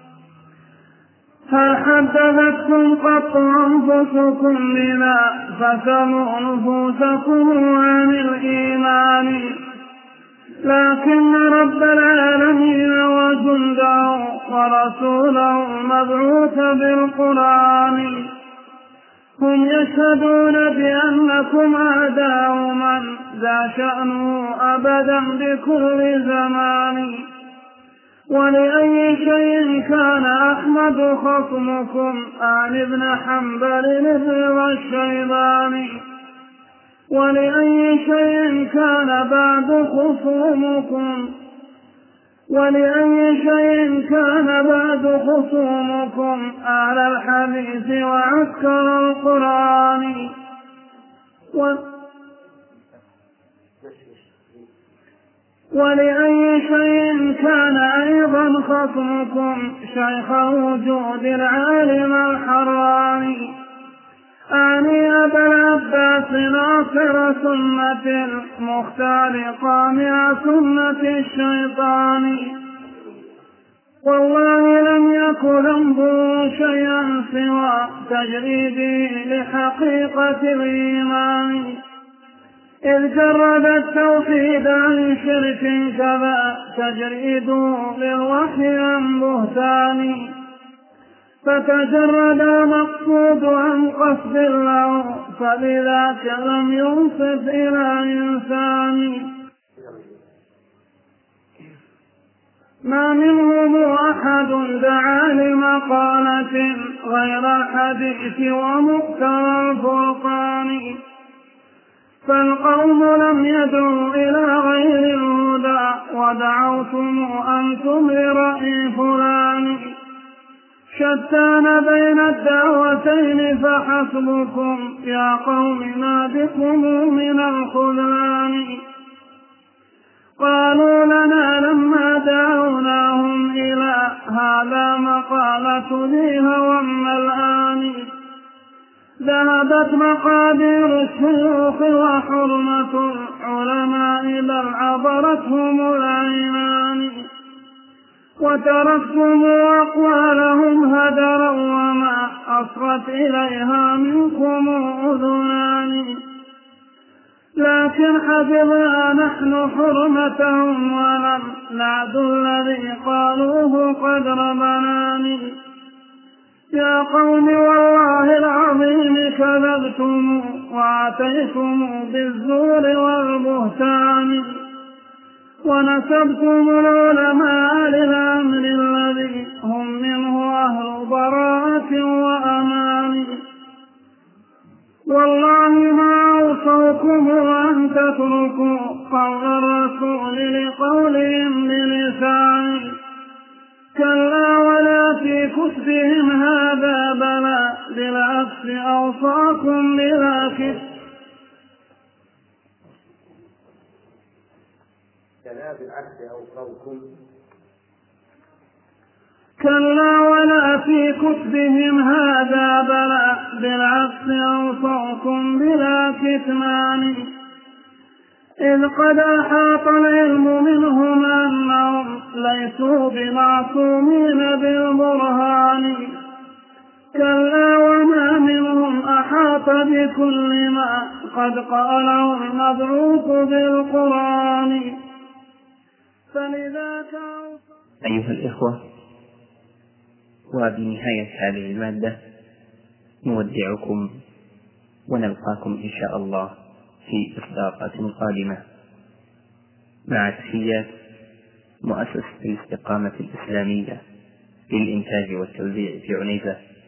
هل حدثتكم قط أنفسكم بما فسروا نفوسكم عن الإيمان؟ لكن رب العالمين وجنده ورسوله المبعوث بالقرآن هم يشهدون بأنكم أعداء من ذا شأنه أبدا بكل زمان. ولأي شيء كان أحمد خصمكم عن ابن حنبل الرضا الشيباني؟ ولأي شيء كان بعد خصومكم ولأي شيء كان بعد خصومكم على الحديث وعسكر القرآن؟ و... ولأي شيء كان أيضا خصمكم شيخ وجود العالم الحراني؟ أعني أبا العباس ناصر سنة المختار قامع سنة الشيطان. والله لم يكن ذنبه شيئا سوى تجريده لحقيقة الإيمان، إذ جرد التوحيد عن شرك كذا تجريده للوحي عن بهتان، فتجرد المقصود عن قصد له فبذاك لم ينصف إلى إنسان. ما منهم أحد دعا لمقالة غير الحديث ومقتضى الفرقان، فالقوم لم يدعوا إلى غير الهدى ودعوتم أنتم لرأي فلان، شتان بين الدعوتين فحسبكم يا قوم ما بكم من الخذلان. قالوا لنا لما دعوناهم إلى هذا مقالة ذي هوى الآن، ذهبت مقادير الشيوخ وحرمة العلماء بل عبرتهم العينان، وتركتم أقوالهم هدرا وما أصغت إليها منكم أذنان، لكن حفظنا نحن حرمتهم ولم نعد الذي قالوه قدر بنان. يا قوم والله العظيم كذبتم وأتيتم بالزور والبهتان، ونسبتم العلماء للأمر الذي هم منه أهل براءة وأمان. والله ما أوصوكم أن تتركوا قول الرسول لقولهم بلسان، كلا ولا في كتبهم هذا بلى بالعكس أوصاكم بلا كتب. كلا بالعكس أوصاكم كلا ولا في كتبهم هذا بلى بالعكس أوصاكم بلا كتمان، إذ قد أحاط العلم منهم أنهم ليسوا بمعصومين بالبرهان، كلا وما منهم أحاط بكل ما قد قاله المبعوث بالقرآن. فلذاك أيها الإخوة، وبنهاية هذه المادة نودعكم ونلقاكم إن شاء الله في إصداقات قادمة، مع تحيات مؤسسة الاستقامة الإسلامية للإنتاج والتوزيع في عنيزة.